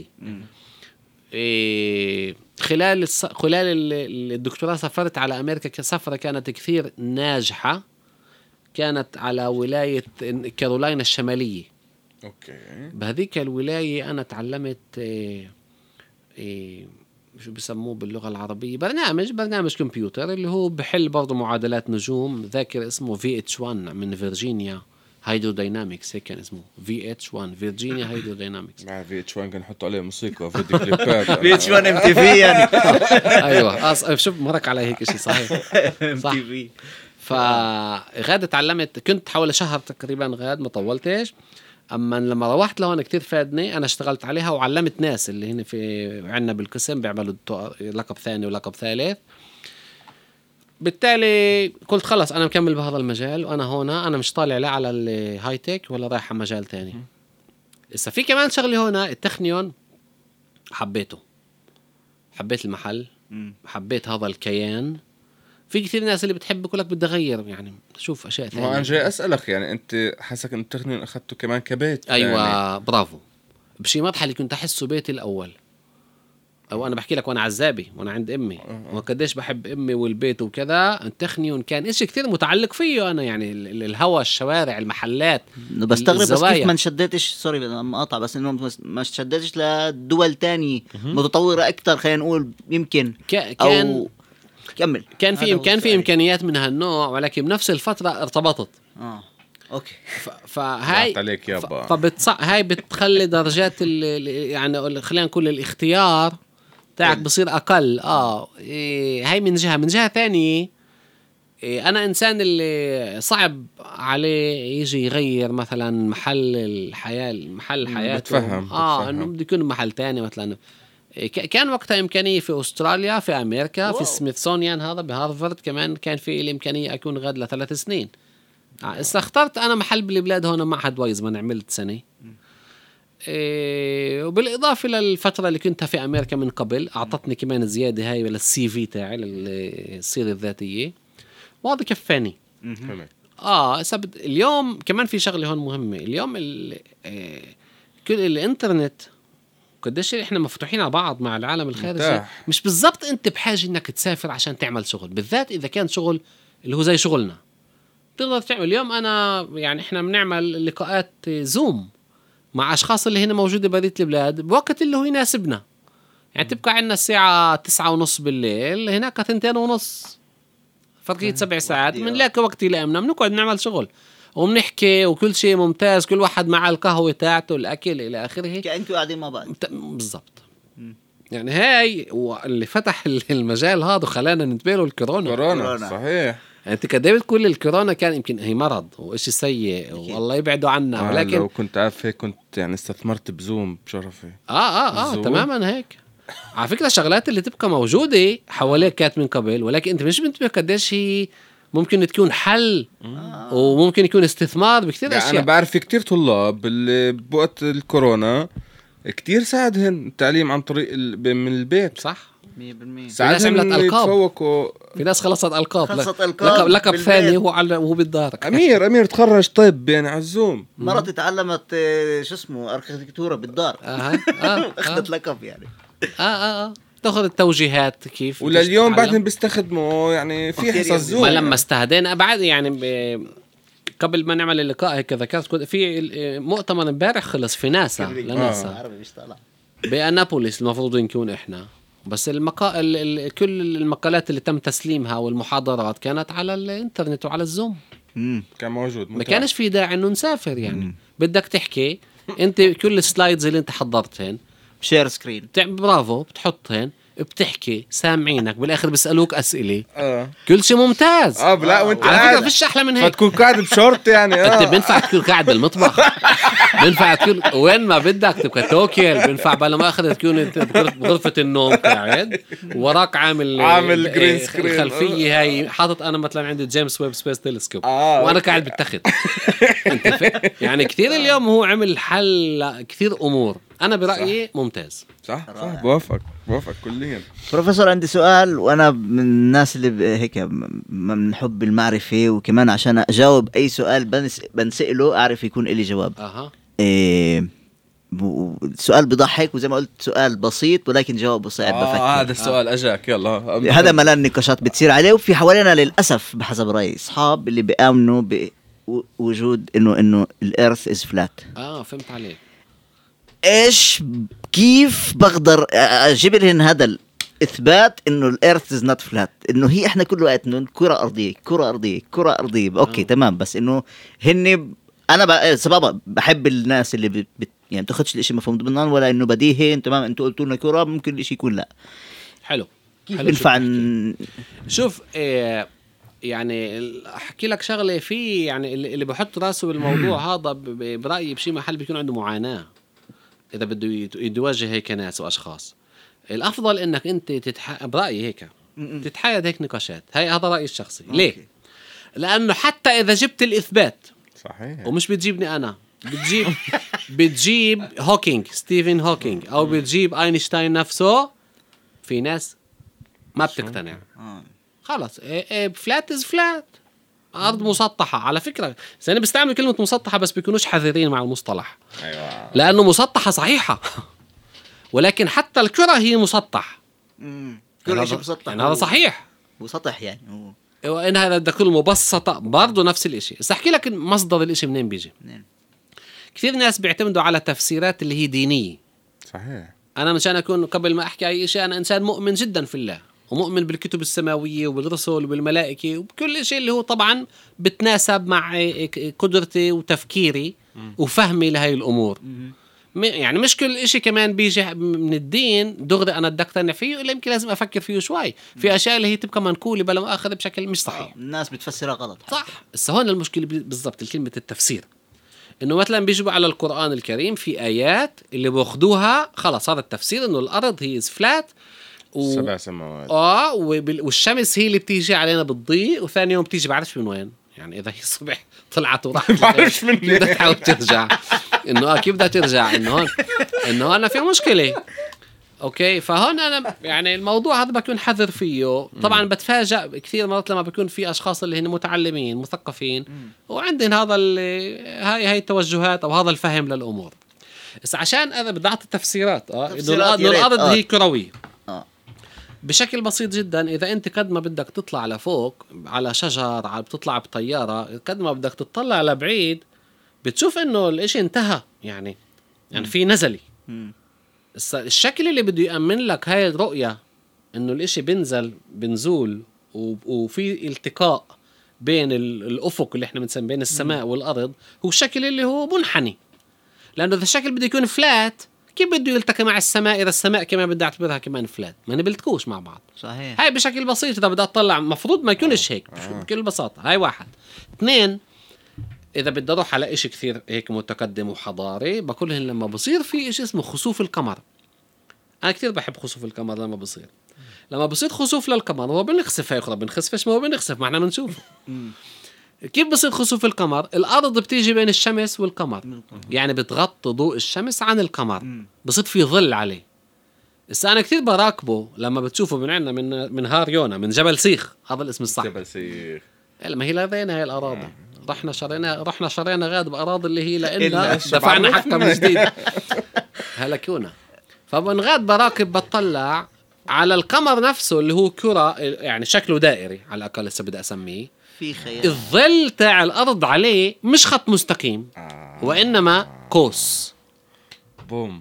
A: خلال الدكتوراه سافرت على أمريكا سفرة كانت كثير ناجحة، كانت على ولاية كارولاينا الشمالية.
B: أوكي.
A: بهذيك الولاية أنا تعلمت شو بسموه باللغة العربية، برنامج كمبيوتر اللي هو بحل برضو معادلات نجوم. ذاكر اسمه VH1 من فيرجينيا هيدروداينامكس، هيك كان اسمه VH1 فيرجينيا هيدروداينامكس.
B: مع VH1 كان نحطوا عليه موسيقى فيديو كليبات.
C: VH1 MTV يعني.
A: ايوه شوف مرق علي هيك شيء صحيح.
C: MTV.
A: فغاد تعلمت، كنت حوالي شهر تقريبا غاد، ما طولتش. اما لما روحت لهون كتير فادني، انا اشتغلت عليها وعلمت ناس اللي هنا في عنا بالقسم بيعملوا لقب ثاني ولقب ثالث. بالتالي قلت خلص انا مكمل بهذا المجال، وانا هنا انا مش طالع لا على الهاي تك ولا رايح على مجال ثاني. لسه في كمان شغله هنا، التخنيون حبيته، حبيت المحل، حبيت هذا الكيان. في كثير ناس اللي بتحب يقول لك بدي اغير، يعني شوف اشياء ثانيه.
B: انا جاي اسالك، يعني انت حاسك ان التخنيون اخذته كمان كبيت؟
A: ايوه
B: يعني.
A: برافو. بشي مرحله كنت احسه بيتي الاول، او انا بحكي لك وانا عزابي وانا عند امي وقديش بحب امي والبيت وكذا. التخنيون كان إشي كثير متعلق فيه انا، يعني الهوا، الشوارع، المحلات.
C: بستغرب بس كيف ما نشدتش، سوري بدنا مقاطع، بس انه ما نشدتش لدول تانية متطوره اكثر، خلينا نقول يمكن
A: كان
C: كمل.
A: كان في امكانيات من هالنوع، ولكن بنفس الفتره ارتبطت.
C: اوكي.
A: فهاي
B: عليك يابا.
A: هاي بتخلي درجات يعني خلينا نقول الاختيار تاعك بصير اقل. هاي من جهه ثانيه. انا انسان اللي صعب عليه يجي يغير مثلا محل الحياه
B: بتفهم.
A: انه بده يكون محل تاني مثلا. كان وقتها إمكانية في أستراليا، في أمريكا، في سميثسونيان هذا بهارفارد، كمان كان في الإمكانية أكون غاد ل3 سنين. اخترت أنا محل بالبلاد هون معهد ويزمان، عملت سنة. وبالإضافة للفترة اللي كنتها في أمريكا من قبل، أعطتني كمان زيادة هاي للسي في تاعي، للسيرة الذاتية، وهذا كفاني. اليوم كمان في شغلة هون مهمة. اليوم كل الإنترنت قديش احنا مفتوحين على بعض مع العالم الخارجي. مش بالضبط انت بحاجه انك تسافر عشان تعمل شغل، بالذات اذا كان شغل اللي هو زي شغلنا تقدر تعمل. اليوم انا يعني احنا بنعمل لقاءات زوم مع اشخاص اللي هنا موجوده برية البلاد بوقت اللي هو يناسبنا. يعني تبقى عندنا الساعه 9:30 بالليل، هناك 2:30، فرقية 7 ساعات. بنلاقي وقت يلائمنا بنقعد نعمل شغل وبنحكي وكل شيء ممتاز، كل واحد مع القهوة تاعته، الأكل إلى آخره،
C: كأنتوا قاعدين مع بعض
A: بالضبط. يعني هاي اللي فتح المجال هذا وخلانا ننتبه الكورونا.
B: صحيح.
A: يعني انت كده بتقول الكورونا كان يمكن هي مرض وإشي سيء والله يبعدوا عنا، ولكن
B: لو كنت عارف هيك كنت يعني استثمرت بزوم بشرفي.
A: تماما هيك. على فكرة الشغلات اللي تبقى موجودة حواليك كانت من قبل، ولكن انت مش بتنتبه قديش هي ممكن تكون حل وممكن يكون استثمار بكثير
B: يعني
A: أشياء.
B: أنا بعرف كتير طلاب بوقت الكورونا كتير ساعدهن التعليم عن طريق من البيت.
A: صح
C: 100%.
B: ساعدهن يتفوقوا.
A: في ناس خلصت ألقاب لقب ثاني وهو بالدار.
B: أمير تخرج طب يعني على الزوم.
C: مرة تعلمت شو اسمه أركيتكتورة بالدار. أخذت لقب يعني.
A: تاخذ التوجيهات كيف.
B: ولليوم بعدين بيستخدموا يعني في حصص زوم.
A: ما لما استهدينا بعد يعني قبل ما نعمل اللقاء هيك ذكرت في مؤتمر امبارح خلص في ناسا لناسا بأنابوليس، المفروض نكون احنا بس كل المقالات اللي تم تسليمها والمحاضرات كانت على الانترنت وعلى الزوم.
B: كان موجود
A: ما كانش في داعي انه نسافر يعني. بدك تحكي انت كل السلايدز اللي انت حضرتهن
C: شير سكرين
A: برافو بتحطهن بتحكي سامعينك، بالاخر بيسالوك اسئله كل شيء ممتاز.
B: لا وانت
A: على فكره فيش احلى من هيك.
B: فتكون قاعد بشورت يعني
A: انت بينفع تكون قاعد بالمطبخ، بينفع تكون وين ما بدك تبقى توكل، بينفع بلا ما اخذ تكون بغرفه النوم قاعد وراك عامل
B: جرين سكرين
A: الخلفيه هاي حاطط. انا مثلا عندي جيمس ويب سبيس تيلسكوب وانا قاعد بالتخت. يعني كثير اليوم هو عمل حل كثير امور انا برايي ممتاز.
B: صح بوافق كليا.
C: بروفيسور عندي سؤال، وانا من الناس اللي هيك من حب المعرفه، وكمان عشان اجاوب اي سؤال بنسأله اعرف يكون لي جواب. سؤال بضحك وزي ما قلت سؤال بسيط ولكن جوابه صعب. بفكر
B: هذا السؤال اجاك يلا
C: هذا ملان نقاشات بتصير عليه. وفي حوالينا للاسف بحسب رايي اصحاب اللي بيامنوا بوجود انه الارث از فلات.
A: فهمت عليك.
C: ايش كيف بقدر اجيب لهم هذا الاثبات انه الارث از نوت فلات، انه هي احنا كل وقت انه كره ارضيه كره ارضيه كره ارضيه، اوكي تمام، بس انه هن انا سبب بحب الناس اللي يعني بتاخذش الاشي مفهوم ضمنان ولا انه بديهي. تمام، انتوا قلتوا لنا كره، ممكن الاشي يكون لا.
A: حلو
C: كيف بينفع
A: شوف يعني احكي لك شغله في يعني اللي بحط راسه بالموضوع هذا برايي بشي محل بيكون عنده معاناه اذا بده يواجه هيك ناس واشخاص. الافضل انك انت برايي هيك تتحايد هيك نقاشات. هذا رايي الشخصي. ليه؟ لانه حتى اذا جبت الاثبات
B: صحيح
A: ومش بتجيبني انا، بتجيب هوكينج، ستيفن هوكينج، او بتجيب اينشتاين نفسه، في ناس ما بتقتنع. خلص فلات از فلات، أرض مسطحة. على فكرة أنا بستعمل كلمة مسطحة بس بيكونوش حذرين مع المصطلح.
B: أيوة.
A: لأنه مسطحة صحيحة ولكن حتى الكرة هي مسطح.
C: كل شيء مسطح
A: يعني هذا صحيح
C: مسطح يعني
A: وإن هذا ده كله مبسطة برضو نفس الإشي. بس أحكي لك مصدر الإشي منين بيجي. كثير ناس بيعتمدوا على تفسيرات اللي هي دينية.
B: صحيح.
A: أنا مشان أكون قبل ما أحكي أي شيء أنا إنسان مؤمن جدا في الله ومؤمن بالكتب السماوية وبالرسل وبالملائكة وبكل شيء اللي هو طبعا بتناسب مع قدرتي وتفكيري وفهمي لهي الأمور. يعني مش كل إشي كمان بيجي من الدين دغري أنا بدي أقتنع فيه، إلا يمكن لازم أفكر فيه شوي. في أشياء اللي هي تبقى منقولة بلا مؤاخذة بشكل مش صحيح.
C: الناس بتفسرها غلط.
A: صح. بس هون المشكلة بالضبط الكلمة التفسير، إنه مثلا بيجوا على القرآن الكريم في آيات اللي بأخذوها خلاص هذا التفسير إنه الأرض هي فلات
B: 7 سماوات
A: والشمس هي اللي بتيجي علينا بالضيء وثاني يوم بتيجي بعرفش من وين. يعني اذا هي الصبح طلعت وراحت بعرفش من وين بدها تحاول ترجع انه كيف بدها ترجع انه انا في مشكله. اوكي فهون انا يعني الموضوع هذا بكون حذر فيه. طبعا بتفاجأ كثير مرات لما بكون في اشخاص اللي هن متعلمين مثقفين وعندهم هذا هاي التوجهات او هذا الفهم للامور. بس عشان انا بدي اعطي تفسيرات انه الارض هي كرويه بشكل بسيط جدا. إذا أنت قد ما بدك تطلع لفوق على شجر بتطلع بطيارة، قد ما بدك تطلع لبعيد بتشوف إنه الإشي انتهى. يعني في نزلي الشكل اللي بده يأمن لك هاي الرؤية إنه الإشي بنزول وفي التقاء بين الأفق اللي إحنا بنسميه بين السماء والأرض هو الشكل اللي هو منحني. لأنه إذا الشكل بده يكون فلات كيف بده يلتقي مع السماء إذا السماء كمان بدي أعتبرها كمان فلات؟ ما نبلتكوش مع بعض.
C: صحيح.
A: هاي بشكل بسيط إذا بدي أطلع مفروض ما يكونش هيك بكل بساطة. هاي واحد. 2 إذا بدي أروح على إشي كثير هيك متقدم وحضاري بقولهم لما بصير في إشي اسمه خسوف القمر. أنا كثير بحب خسوف القمر. لما بصير خسوف للقمر هو بنخسف هيك بنخسفش ما هو بنخسف ما احنا بنشوفه. كيف بصير خسوف القمر؟ الأرض بتيجي بين الشمس والقمر يعني بتغطي ضوء الشمس عن القمر بصير في ظل عليه. بس أنا كثير براكبه لما بتشوفه من عنا من هار يونا من جبل سيخ. هذا الاسم الصح
B: جبل سيخ.
A: ما هي لذينا هاي الأراضي رحنا شرينا غاد بأراضي اللي هي لأننا دفعنا حقها من جديد هلكونا. فبنغاد براكب بطلع على القمر نفسه اللي هو كرة يعني شكله دائري على الأقل لسه بدي أسميه. في خيال الظل تاع الأرض عليه مش خط مستقيم وإنما قوس.
B: بوم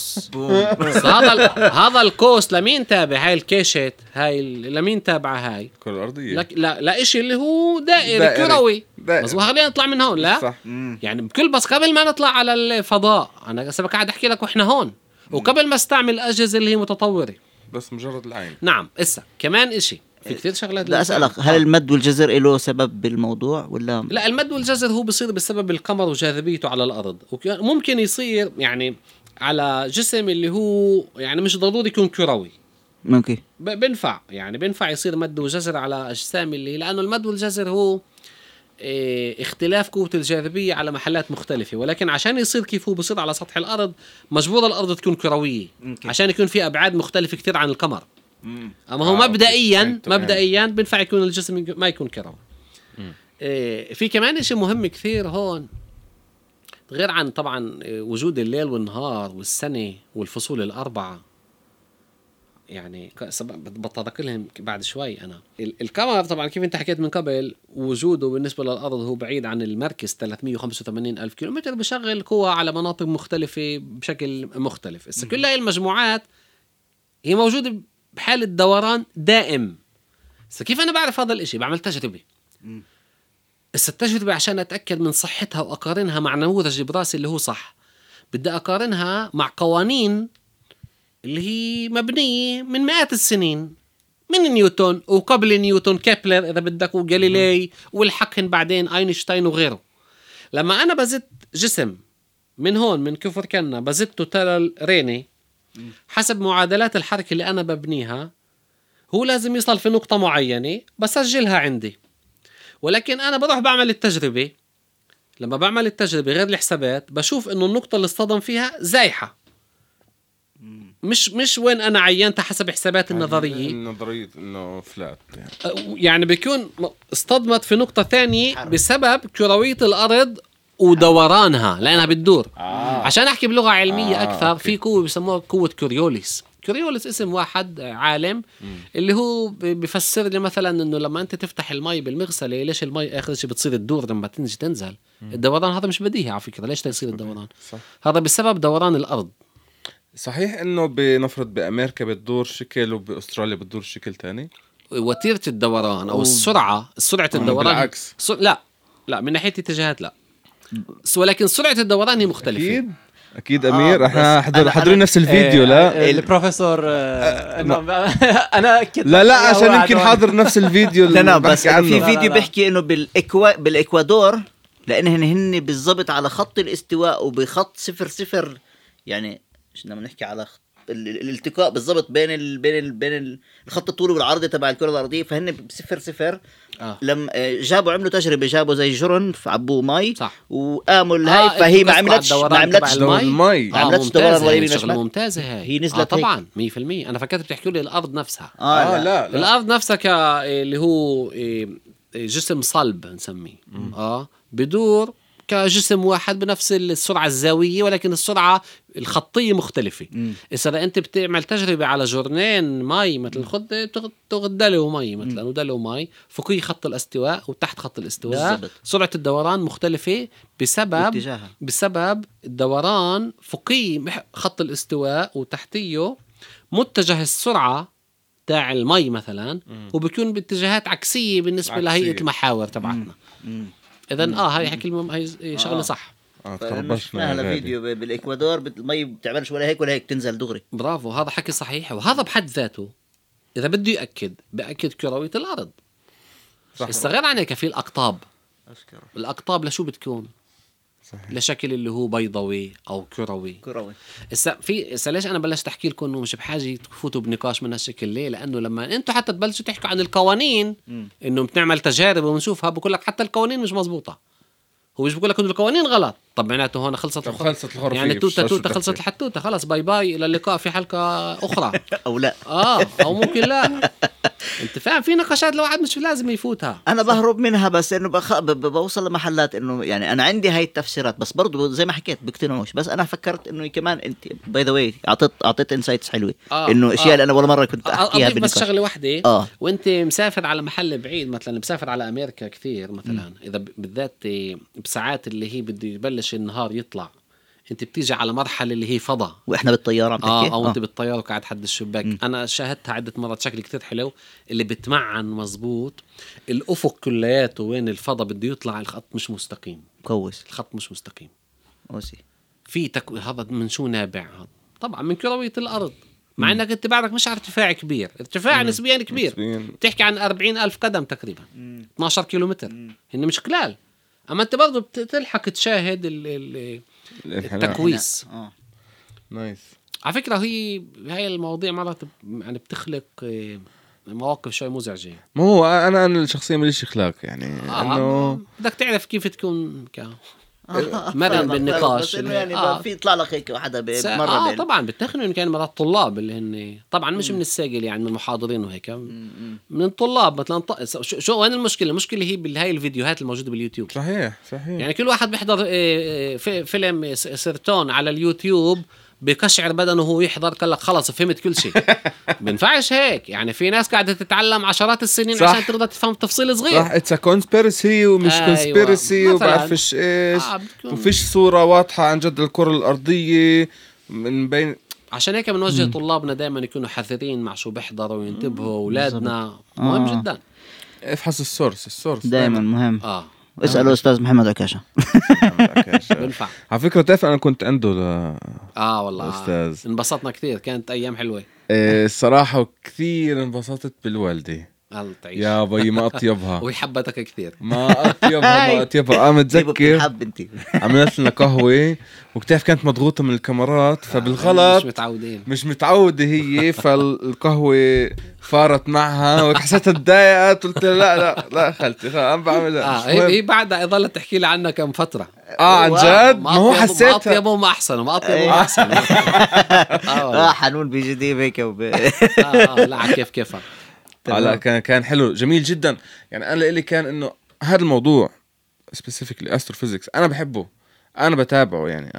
A: هذا القوس لمين تابع؟ هاي الكيشت هاي لمين تابعة؟ هاي
B: كرة الأرضية.
A: لا إشي اللي هو دائري كروي. بس خلينا نطلع من هون. لا
B: صح.
A: يعني بكل بس قبل ما نطلع على الفضاء أنا سبق قاعد أحكي لك وإحنا هون وقبل ما استعمل الأجهزة اللي هي متطورة
B: بس مجرد العين.
A: نعم. كمان إشي في كثير شغلات.
C: لا أسألك هل المد والجزر له سبب بالموضوع ولا
A: لا؟ المد والجزر هو بيصير بسبب القمر وجاذبيته على الأرض. ممكن يصير يعني على جسم اللي هو يعني مش ضروري يكون كروي.
C: ممكن
A: بينفع يصير مد وجزر على أجسام اللي لأنه المد والجزر هو اختلاف قوة الجاذبية على محلات مختلفة. ولكن عشان يصير كيف هو بيصير على سطح الأرض مجبور الأرض تكون كروية عشان يكون في أبعاد مختلفة كتير عن القمر. أما هو مبدئيا بينفع يكون الجسم ما يكون كروي. في كمان شيء مهم كثير هون غير عن طبعا وجود الليل والنهار والسنة والفصول 4. يعني بتطرق لهم بعد شوي. أنا القمر طبعا كيف أنت حكيت من قبل وجوده بالنسبة للأرض هو بعيد عن المركز 385 ألف كيلومتر، بشغل قوة على مناطق مختلفة بشكل مختلف. كل هاي المجموعات هي موجودة بحالة دوران دائم. كيف أنا بعرف هذا الإشي؟ بعمل تجربة. التجربة عشان أتأكد من صحتها وأقارنها مع نموذج براسي اللي هو صح، بدي أقارنها مع قوانين اللي هي مبنية من مئات السنين، من نيوتن وقبل نيوتن كيبلر إذا بدك وغاليلي والحقن بعدين أينشتاين وغيره. لما أنا بزت جسم من هون من كفر كنا بزته ترى ريني حسب معادلات الحركة اللي أنا ببنيها، هو لازم يصل في نقطة معينة بسجلها عندي. ولكن أنا بروح بعمل التجربة، لما بعمل التجربة غير الحسابات بشوف إنه النقطة اللي اصطدم فيها زايحة، مش وين أنا عينتها حسب حسابات النظرية
B: إنه فلات
A: يعني بيكون اصطدمت في نقطة ثانية بسبب كروية الأرض ودورانها لأنها بتدور. عشان أحكي بلغة علمية أكثر، في قوة بيسموها قوة كوريوليس. كوريوليس اسم واحد عالم اللي هو بيفسر لي مثلا إنه لما أنت تفتح المي بالمغسلة ليش المي آخر شيء بتصير تدور لما تنزل. الدوران هذا مش بديهي على فكرة، ليش تصير الدوران؟ هذا بسبب دوران الأرض.
B: صحيح إنه بنفرض بأمريكا بتدور شكل وبأستراليا بتدور شكل تاني.
A: وتيرة الدوران أو سرعة الدوران
B: بالعكس.
A: لا من ناحية اتجاهات لا، ولكن سرعة الدوران هي مختلفة.
B: أكيد أمير احنا حضروا نفس الفيديو. لا
D: البروفيسور أنا أكد
B: لا عشان يمكن حاضر نفس الفيديو.
C: لا بس في فيديو بيحكي إنه بالإكوادور لأنهن هن بالضبط على خط الاستواء وبخط 0 يعني لما نحكي على الالتقاء بالضبط بين الخط الطولي والعرضي تبع الكرة الأرضية، فهن 0 لما عملوا تجربة، جابوا زي جرن عبوه مي وقاموا هاي فهي ما عملتش
B: المي
C: عملتش دوران ولا
A: شغلة ممتازة هي
C: نزلت
A: طبعا 100%. أنا فكرت بتحكوا لي الأرض نفسها.
B: لا.
A: الأرض نفسها اللي هو جسم صلب نسميه بدور كجسم واحد بنفس السرعة الزاوية، ولكن السرعة الخطية مختلفة. إذا أنت بتعمل تجربة على جرنين مي مثل تغدلوا مي مثلا ودلوا مي فوقي خط الاستواء وتحت خط الاستواء بالزبط. سرعة الدوران مختلفة بسبب الدوران فوقي خط الاستواء وتحتيه متجه السرعة تاع المي مثلا وبيكون باتجاهات عكسية بالنسبة لهيئة المحاور تبعتنا. إذن هاي حكي هاي شغلة صح.
C: شفنا هذا فيديو بالإكوادور المي بتعملش ولا هيك تنزل دغري.
A: برافو، هذا حكي صحيح. وهذا بحد ذاته إذا بده بأكد كروية الأرض. استغير عنك في الأقطاب لشو بتكون؟ صحيح. لشكل اللي هو بيضوي أو كروي. ليش أنا بلشت أحكي لكم إنه مش بحاجة تفوتوا بنقاش من هالشكل ليه؟ لأنه لما أنتوا حتى تبلشوا تحكوا عن القوانين إنه بنعمل تجارب ونشوفها بقول لك حتى القوانين مش مزبوطة. هو مش بقول لك إنه القوانين غلط. طب معناته هون خلصت الخرافية يعني توتا خلصت الحتوتة خلاص باي إلى اللقاء في حلقة أخرى
C: أو لا
A: أو ممكن لا. أنت فاهم في نقاشات الواحد مش لازم يفوتها.
C: أنا بهرب منها بس إنه بوصل لمحلات إنه يعني أنا عندي هاي التفسيرات بس برضو زي ما حكيت بقتنعوش. بس أنا فكرت إنه كمان أنت باي ذا واي أعطيت إنسايتس حلوة إنه أشياء اللي أنا ولا مرة كنت أحكيها
A: بس شغلة واحدة وأنت مسافر على محل بعيد مثلا مسافر على أمريكا كثير مثلا إذا بالذات بساعات اللي هي بده يبلش النهار يطلع انت بتيجي على مرحله اللي هي فضاء
C: واحنا بالطياره عم تحكي
A: او انت بالطياره وقاعد حد الشباك. انا شاهدتها عده مرات شكل كتير حلو اللي بتمعن مزبوط الافق كلياته وين الفضاء بده يطلع الخط مش مستقيم
C: كويس
A: الخط مش مستقيم
C: اوسي في
A: هذا من شو نابع؟ طبعا من كرويه الارض مع انك انت بعدك مش ارتفاع كبير ارتفاع نسبيا كبير بتحكي عن 40,000 قدم تقريبا 12 كيلومتر هن مش قلال اما انت برضو بتلحق تشاهد التكويس.
B: نايس.
A: على فكرة هاي المواضيع مرات يعني بتخلق مواقف شوي مزعجة.
B: ما هو أنا شخصيا ماليش إخلاق يعني إنه
A: بدك تعرف كيف تكون مرن بالنقاش
C: يعني في يطلع لك هيك واحدة مرة
A: طبعا بتخنوا إن كان مرات طلاب اللي هن طبعا مش من الساجل يعني من المحاضرين وهيك من الطلاب مثلا شو وين المشكلة هي بهاي الفيديوهات الموجودة باليوتيوب.
B: صحيح
A: يعني كل واحد بيحضر فيلم سيرتون على اليوتيوب بكشعر بدنه وهو يحضر، قال لك خلص فهمت كل شيء. بنفعش هيك يعني. في ناس قاعدة تتعلم عشرات السنين
B: صح.
A: عشان تقدر تفهم تفصيل صغير.
B: صح، اتس كونسبيرسي ومش
A: أيوة.
B: كونسبيرسي وبعرفش ايش وفيش صورة واضحة عن جد الكرة الأرضية من بين.
A: عشان هيك بنوجه طلابنا دائما يكونوا حذرين مع شو بيحضروا وينتبهوا. أولادنا مهم جدا
B: افحص السورس
C: دائما مهم. اسألوا أستاذ محمد عكاشة.
A: بنفع.
B: على فكرة تعرف أنا كنت عنده
A: والله
B: أستاذ،
A: انبسطنا كثير، كانت أيام حلوة.
B: الصراحة وكثير انبسطت بالوالدة. يا بي ما أطيبها.
A: ويحبتك كثير.
B: ما أطيبها. متذكر عملت لنا قهوة وكتاف كانت مضغوطة من الكاميرات، فبالغلط مش متعودة هي، فالقهوة فارت معها وحسيتها تضايقت. قلت لا خلتي عم بعملها.
A: هي بعدها ظلت تحكي لي عنها كم فترة.
B: عن جد ما هو حسيتها.
A: ما أطيبه وما أحسن وما أطيبه وما أحسن.
C: حنون بيجي هيك
A: لا كيفها.
B: لا كان حلو جميل جدا يعني. أنا لي كان إنه هذا الموضوع specifically astrophysics أنا بحبه، أنا بتابعه يعني.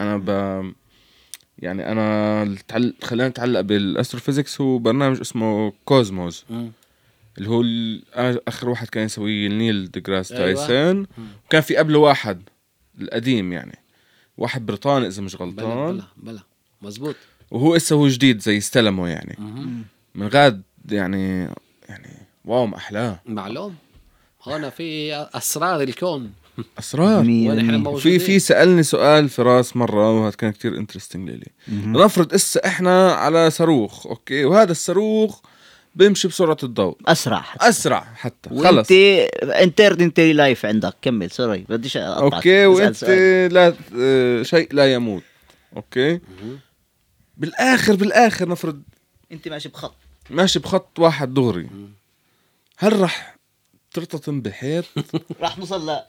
B: أنا خلينا نتعلق بالاستروفيزيكس. هو برنامج اسمه كوزموس اللي هو آخر واحد كان يسويه نيل ديغراس تايسون. وكان في قبله واحد القديم يعني، واحد بريطاني إذا مش غلطان.
A: بلا مزبوط.
B: وهو هو جديد زي استلمه يعني من غاد يعني واو ما أحلاه.
A: معلوم هنا في أسرار الكون.
B: أسرار. في سألني سؤال فراس مرة وهذا كان كتير انترستينج لي. نفرض إحنا على صاروخ أوكي، وهذا الصاروخ بيمشي بسرعة الضوء أسرع حتى. خلص
C: انت لايف عندك كمل. سوري بديش أقطعك.
B: أوكي وأنت لا شيء لا يموت. أوكي بالآخر نفرض
C: أنت
B: ماشي بخط واحد دغري. هل رح ترتطم بحيط؟
C: راح نوصل لا.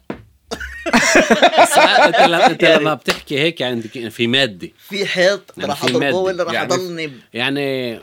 A: انت لما بتحكي هيك يعني في مادة في
C: حيط راح اضربه ولا راح اضلني
A: يعني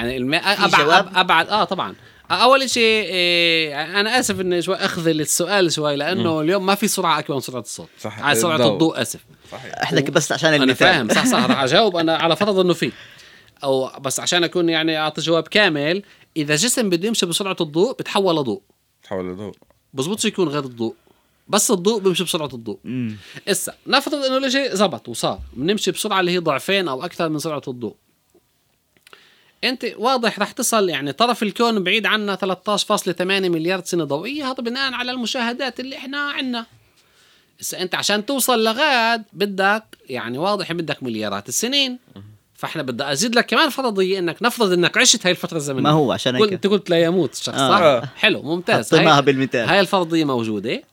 A: ابعد طبعا. اول شيء انا اسف اني شوي اخذل السؤال شوي لانه اليوم ما في سرعه اكبر من سرعه الصوت. على سرعه الضوء. اسف
C: صحيح. احنا بس عشان
A: انا فاهم صح راح اجاوب انا على فرض انه في او بس عشان اكون يعني اعطي جواب كامل. اذا جسم بده يمشي بسرعه الضوء بتحول لضوء. بزبطش يكون غير الضوء، بس الضوء بيمشي بسرعه الضوء. اسا نفرض انه الشيء زبط وصار بنمشي بسرعه اللي هي ضعفين او اكثر من سرعه الضوء. انت واضح راح تصل يعني طرف الكون بعيد عنا 13.8 مليار سنه ضوئيه. هذا بناء على المشاهدات اللي احنا عنا. اسا انت عشان توصل لغاد بدك يعني واضح بدك مليارات السنين. فاحنا بدي ازيد لك كمان فرضيه انك نفرض انك عشت هاي الفتره الزمنيه.
C: ما هو عشان هيك
A: انت قلت لا يموت الشخص صح. حلو ممتاز.
C: حطيناها بالمثال.
A: هاي الفرضيه موجوده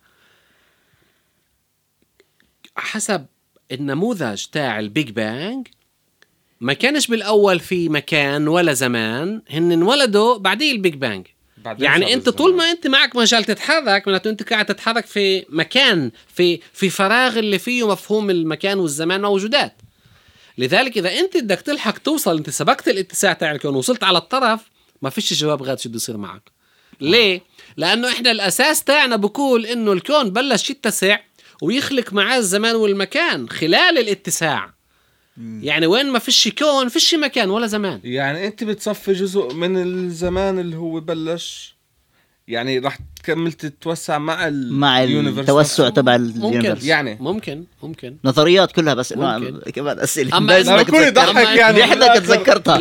A: حسب النموذج تاع البيج بانج. ما كانش بالاول في مكان ولا زمان، هن انولدوا بعدين البيج بانج. يعني انت طول ما انت معك مجال تتحرك معناته انت قاعد تتحرك في مكان في فراغ اللي فيه مفهوم المكان والزمان موجودات. لذلك إذا أنت بدك تلحق توصل، أنت سبقت الاتساع تاع الكون وصلت على الطرف، ما فيش جواب غاد شو بده يصير معك. ليه؟ لأنه إحنا الأساس تاعنا بقول إنه الكون بلش يتسع ويخلق معاه الزمان والمكان خلال الاتساع. يعني وين ما فيش كون فيش مكان ولا زمان.
B: يعني أنت بتصفي جزء من الزمان اللي هو بلش يعني راح تكمل تتوسع مع
C: التوسع تبع اليونيفرس.
A: يعني ممكن
C: نظريات كلها بس كمان اسئله
B: اما كل يضحك يعني
C: احنا تذكرتها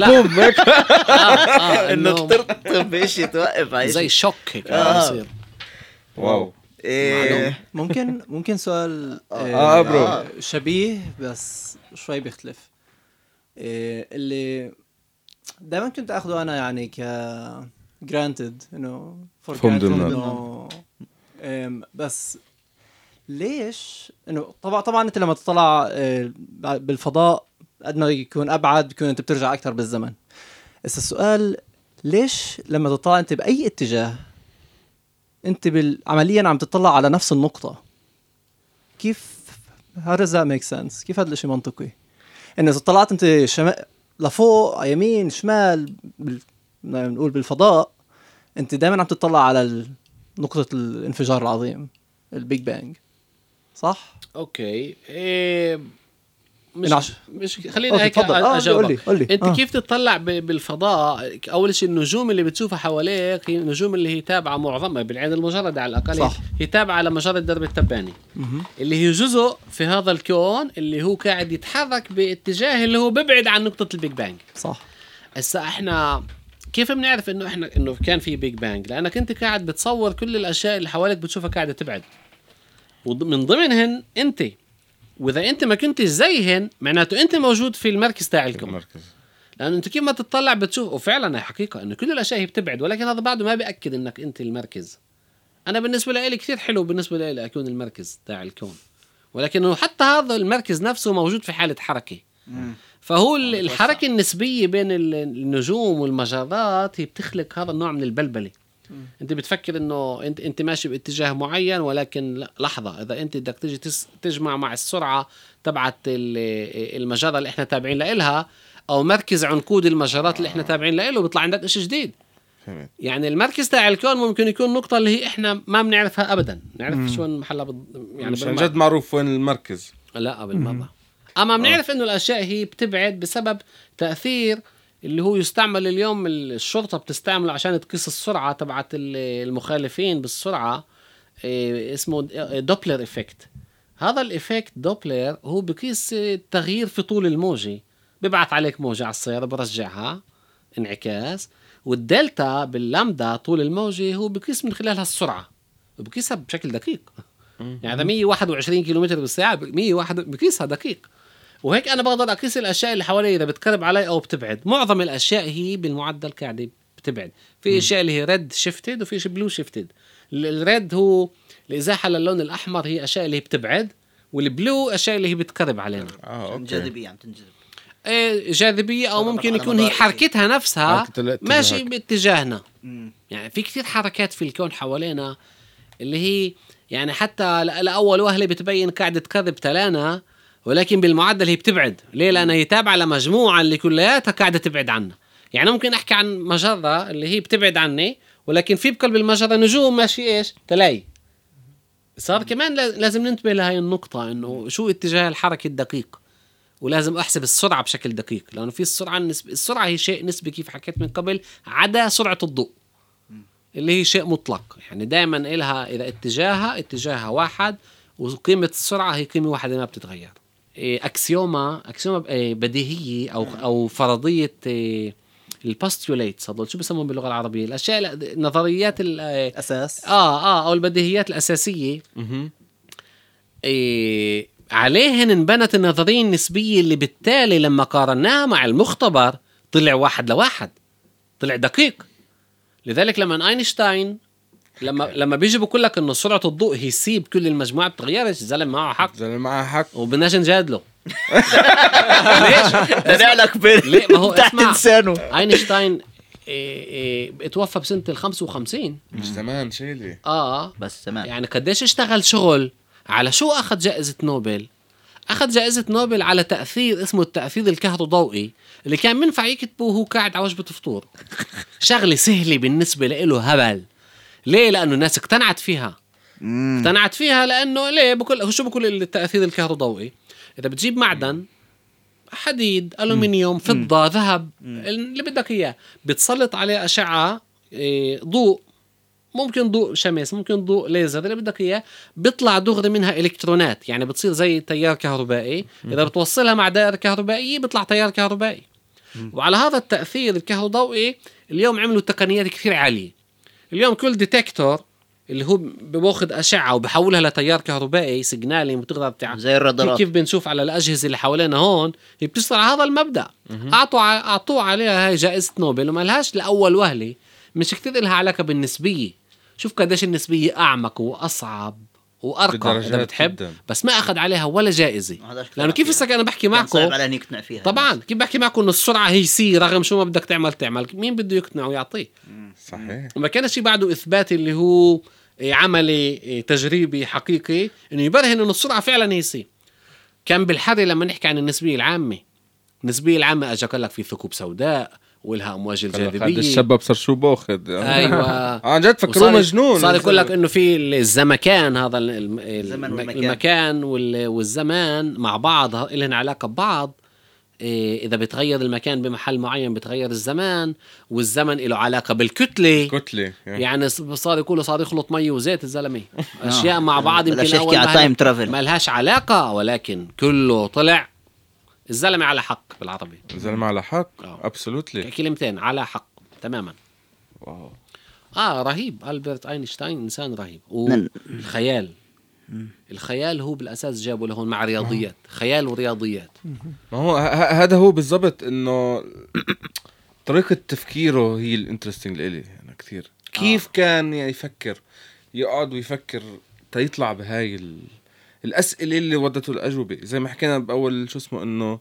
A: انه
C: ترتب بايش توقف
A: زي شوك هيك بصير.
B: واو.
D: ممكن سؤال
B: برو
D: شبيه بس شوي بيختلف. اللي دائما كنت اخذه انا يعني ك granted انه بس ليش انه طبعا انت لما تطلع بالفضاء قد ما يكون ابعد بيكون انت بترجع اكثر بالزمن. بس السؤال ليش لما تطلع انت باي اتجاه انت عمليا عم تطلع على نفس النقطه؟ كيف how does that make sense؟ كيف هذا الشيء منطقي؟ انه اذا طلعت انت لفوق يمين شمال نقول بالفضاء انت دائما عم تطلع على نقطة الانفجار العظيم البيج بانج صح؟
A: اوكي مش خلينا هيك اجاوب. انت كيف تطلع بالفضاء؟ اول شيء النجوم اللي بتشوفها حواليك هي النجوم اللي هي تابعه معظمها بالعين المجرده على الاقل، هي تابعه لمجره درب التباني اللي هي جزء في هذا الكون اللي هو قاعد يتحرك باتجاه اللي هو ببعد عن نقطه البيج بانج.
D: صح.
A: هسه احنا كيف بنعرف انه كان في بيج بانج؟ لانك انت قاعد بتصور كل الاشياء اللي حواليك بتشوفها قاعده تبعد، ومن ضمنهن انت. واذا انت ما كنتش زيهن معناته انت موجود في المركز تاع الكون. لانه انت كيف ما تطلع بتشوف، وفعلا هي حقيقه انه كل الاشياء هي بتبعد، ولكن هذا بعده ما بياكد انك انت المركز. انا بالنسبه لي كثير حلو بالنسبه لي اكون المركز تاع الكون، ولكنه حتى هذا المركز نفسه موجود في حاله حركه. فهو الحركه النسبيه بين النجوم والمجرات هي بتخلق هذا النوع من البلبله. انت بتفكر انه انت ماشي باتجاه معين، ولكن لحظه اذا انت بدك تيجي تجمع مع السرعه تبعت المجره اللي احنا تابعين لها او مركز عنقود المجرات اللي احنا تابعين له، بيطلع عندك شيء جديد. يعني المركز تاع الكون ممكن يكون نقطه اللي هي احنا ما بنعرفها ابدا، نعرف شو محلها
B: يعني مش جد معروف وين المركز.
A: لا بالمره. اما بنعرف انه الاشياء هي بتبعد بسبب تاثير اللي هو يستعمل اليوم الشرطة بتستعمله عشان تقيس السرعة تبعت المخالفين بالسرعة، اسمه دوبلر إفكت. هذا الإفكت دوبلر هو بقيس التغيير في طول الموجة، ببعث عليك موجة على السيارة برجعها انعكاس، والدلتا باللامدا طول الموجة هو بقيس من خلالها السرعة، وبقيسها بشكل دقيق. يعني إذا 121 كيلومتر بالساعة 101 بقيسها دقيق. وهيك أنا بقدر أقيس الأشياء اللي حوالي إذا بتقرب علي أو بتبعد. معظم الأشياء هي بالمعدل قاعدة بتبعد. في أشياء اللي هي ريد شيفتد وفي شيء بلو شيفتد. الريد هو الإزاحة للون الأحمر، هي أشياء اللي هي بتبعد، والبلو أشياء اللي هي بتقرب علينا.
C: جاذبية عم تنجذب.
A: جاذبية أو ممكن يكون هي حركتها نفسها ماشي باتجاهنا. يعني في كثير حركات في الكون حوالينا اللي هي يعني حتى لأول وهلة بتبين قاعدة تقرب تلانا، ولكن بالمعدل هي بتبعد. ليه؟ لأنها هي تابعة لمجموعة اللي كلياتها قاعدة تبعد عنا. يعني ممكن أحكي عن مجرة اللي هي بتبعد عني، ولكن في بقلب المجرة نجوم ماشي إيش تلاقي. صار كمان لازم ننتبه لهاي النقطة، إنه شو اتجاه الحركة الدقيق، ولازم أحسب السرعة بشكل دقيق، لأنه في السرعة هي شيء نسبي كيف حكيت من قبل، عدا سرعة الضوء اللي هي شيء مطلق. يعني دائما إلها إذا اتجاهها واحد، وقيمة السرعة هي قيمة واحدة ما بتتغير. أكسيوما بديهية أو فرضية الباستوليتس، هذول شو بسمون باللغة العربية؟ الأشياء نظريات
D: الأساس
A: أو البديهيات الأساسية. عليهن انبنت النظرية النسبية اللي بالتالي لما قارناها مع المختبر طلع 1:1، طلع دقيق. لذلك لما أينشتاين لما بيجي بقول لك انه سرعه الضوء هي سي بكل المجموعه بتغيرش، زلم معه حق وبدناش نجادله. ليش؟
C: ده لك
A: ليه؟ ما هو
C: تحت لسانه.
A: اينشتاين اتوفى بسنه 55
B: مش زمان شيلي.
C: بس زمان. يعني
A: قديش اشتغل شغل على شو اخذ جائزه نوبل؟ اخذ جائزه نوبل على تاثير اسمه التاثير الكهروضوئي، اللي كان منفع يكتبه وهو قاعد على وجبه فطور. شغله سهله بالنسبه له هبل. ليه؟ لأنه الناس اقتنعت فيها لأنه ليه شو بقول التأثير الكهروضوئي؟ إذا بتجيب معدن حديد ألومنيوم فضة ذهب اللي بدك إياه، بتسلط عليه أشعة ضوء، ممكن ضوء شمس ممكن ضوء ليزر اللي بدك إياه، بيطلع دغري منها إلكترونات، يعني بتصير زي تيار كهربائي. إذا بتوصلها مع دائرة كهربائية بيطلع تيار كهربائي. وعلى هذا التأثير الكهروضوئي اليوم عملوا تقنيات كثير عالية. اليوم كل ديتكتور اللي هو بياخذ أشعة وبحولها لتيار كهربائي سيجنالي بتقدر
C: زي الرادارات
A: كيف بنشوف على الأجهزة اللي حوالينا هون، هي بتشتغل على هذا المبدأ. أعطوا عليها هاي جائزة نوبل، وما لهاش لأول وهلة، مش كتير لها علاقة بالنسبية. شوف قديش النسبية أعمق وأصعب وأرقى إذا بتحب جداً. بس ما أخذ عليها ولا جائزة، لأنه كيف هسه أنا بحكي معكم طبعا كيف بحكي معكم إنه السرعة هي سي رغم شو ما بدك تعمل مين بده يقنع ويعطيه؟
B: صحيح.
A: وما كانش شيء بعده إثبات اللي هو عملي تجريبي حقيقي إنه يبرهن إنه السرعة فعلا هي سي. كان بالحري لما نحكي عن النسبية العامة أجا قال لك في ثقوب سوداء ولها امواج
B: هذا
A: الجاذبيه.
B: الشباب صار شو باخذ
A: ايوه
B: عن جد فكروه مجنون.
A: صار يقول لك انه في الزمكان، هذا
C: والمكان.
A: المكان والزمان مع بعض لهم علاقه ببعض. اذا بتغير المكان بمحل معين بتغير الزمان، والزمن له علاقه بالكتله. يعني صار يقولوا صار يخلط مي وزيت الزلمه اشياء مع بعض يمكن
C: اول ما
A: لهاش علاقه، ولكن كله طلع الزلمه على حق بالعربي.
B: الزلمه على حق ابسولوتلي،
A: كلمتين على حق تماما.
B: واو.
A: رهيب. ألبرت أينشتاين إنسان رهيب. الخيال هو بالأساس جابوا لهون مع رياضيات. خيال ورياضيات.
B: ما هو هذا هو بالضبط، إنه طريقة تفكيره هي الانترستينج لإلي أنا كثير. كيف كان يفكر، يقعد ويفكر تيطلع بهاي الأسئلة اللي ودته الأجوبة. زي ما حكينا بأول شو اسمه، إنه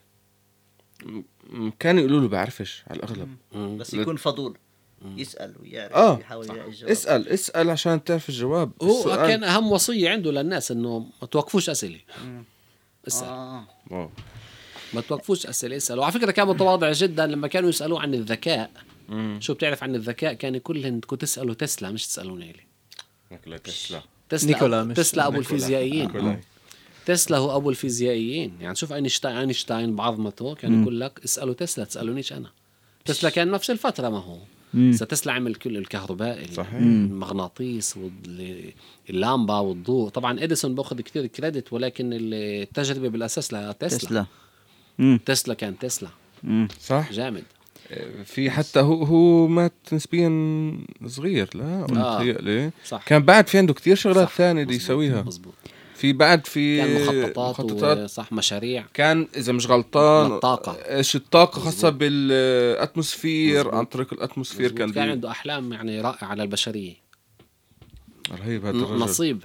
B: كانوا يقولوا له بعرفش على الأغلب،
C: بس يكون فضول يسأل ويعرف يحاول يلاقي الجواب.
B: اسأل عشان تعرف الجواب.
A: هو كان أهم وصية عنده للناس إنه ما توقفوش أسئلة. اسأل. ما توقفوش أسئلة، اسأل. وعلى فكرة كان متواضع جدا لما كانوا يسألوه عن الذكاء. شو بتعرف عن الذكاء؟ كان كلهم كنت تسأله تسلا، مش تسألوني لي. تسلا أبو الفيزيائيين. تسلا هو أبو الفيزيائيين. يعني شوف أينشتاين بعظمته كان يقول لك اسألوا تسلا، تسألونيش أنا. تسلا كان نفس الفترة ما هو. تسلا عمل كل الكهرباء، المغناطيس واللامبا والضوء. طبعا إديسون باخذ كتير كريدت، ولكن التجربة بالأساس لها تسلا كان تسلا.
B: صح
A: جامد.
B: في حتى هو مات نسبيا صغير، لا كان بعد في عنده كتير شغلات ثانية دي يسويها.
A: مزبوط.
B: في بعد في
A: كان مخططات صح، مشاريع.
B: كان إذا مش غلطان الطاقة خاصة
A: مزبوط.
B: بالأتموسفير. عن طريق الأتموسفير كان
A: عنده أحلام يعني رائعة على البشرية.
B: رهيب هذا الرجل.
A: نصيب.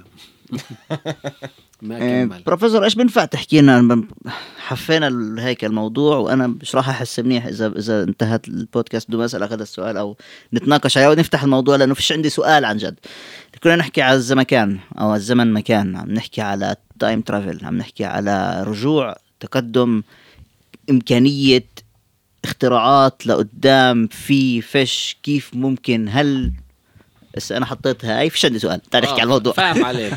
A: ما كمل.
C: بروفيسور ايش بنفع تحكي لنا؟ حفينا هيك الموضوع، وانا مش راح احس منيح اذا انتهت البودكاست بدون ما اسال هذا السؤال او نتناقش عليه ونفتح الموضوع، لانه فيش عندي سؤال عن جد. كنا نحكي على الزمكان او الزمن مكان، عم نحكي على تايم ترافل، عم نحكي على رجوع، تقدم، امكانيه اختراعات لقدام، في فش كيف ممكن. هل بس انا حطيتها هاي فيش عندي سؤال، تعال نحكي على الموضوع.
A: فاهم عليك.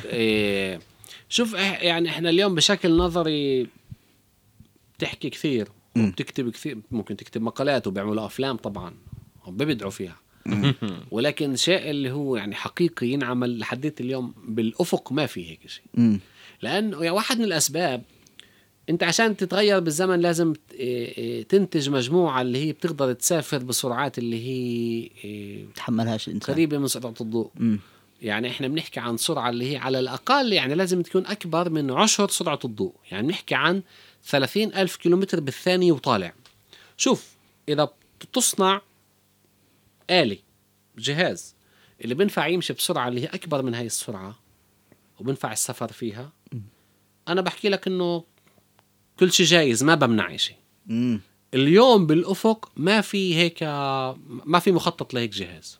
A: شوف يعني احنا اليوم بشكل نظري بتحكي كثير وبتكتب كثير، ممكن تكتب مقالات وبيعملوا افلام طبعا وبيبدعوا فيها. ولكن شيء اللي هو يعني حقيقي ينعمل لحد اليوم بالافق ما في هيك شيء. لانه يعني واحد من الاسباب، انت عشان تتغير بالزمن لازم تنتج مجموعة اللي هي بتقدر تسافر بسرعات اللي هي
C: تحملهاش الانسان،
A: قريبة من سرعة الضوء. يعني احنا بنحكي عن سرعة اللي هي على الأقل يعني لازم تكون أكبر من 10 سرعة الضوء. يعني بنحكي عن 30,000 كيلومتر بالثانية وطالع. شوف إذا تصنع آلي جهاز اللي بنفع يمشي بسرعة اللي هي أكبر من هاي السرعة وبنفع السفر فيها، أنا بحكي لك إنه كل شيء جايز، ما بمنع شيء. اليوم بالأفق ما في هيك، ما في مخطط لهيك جهاز.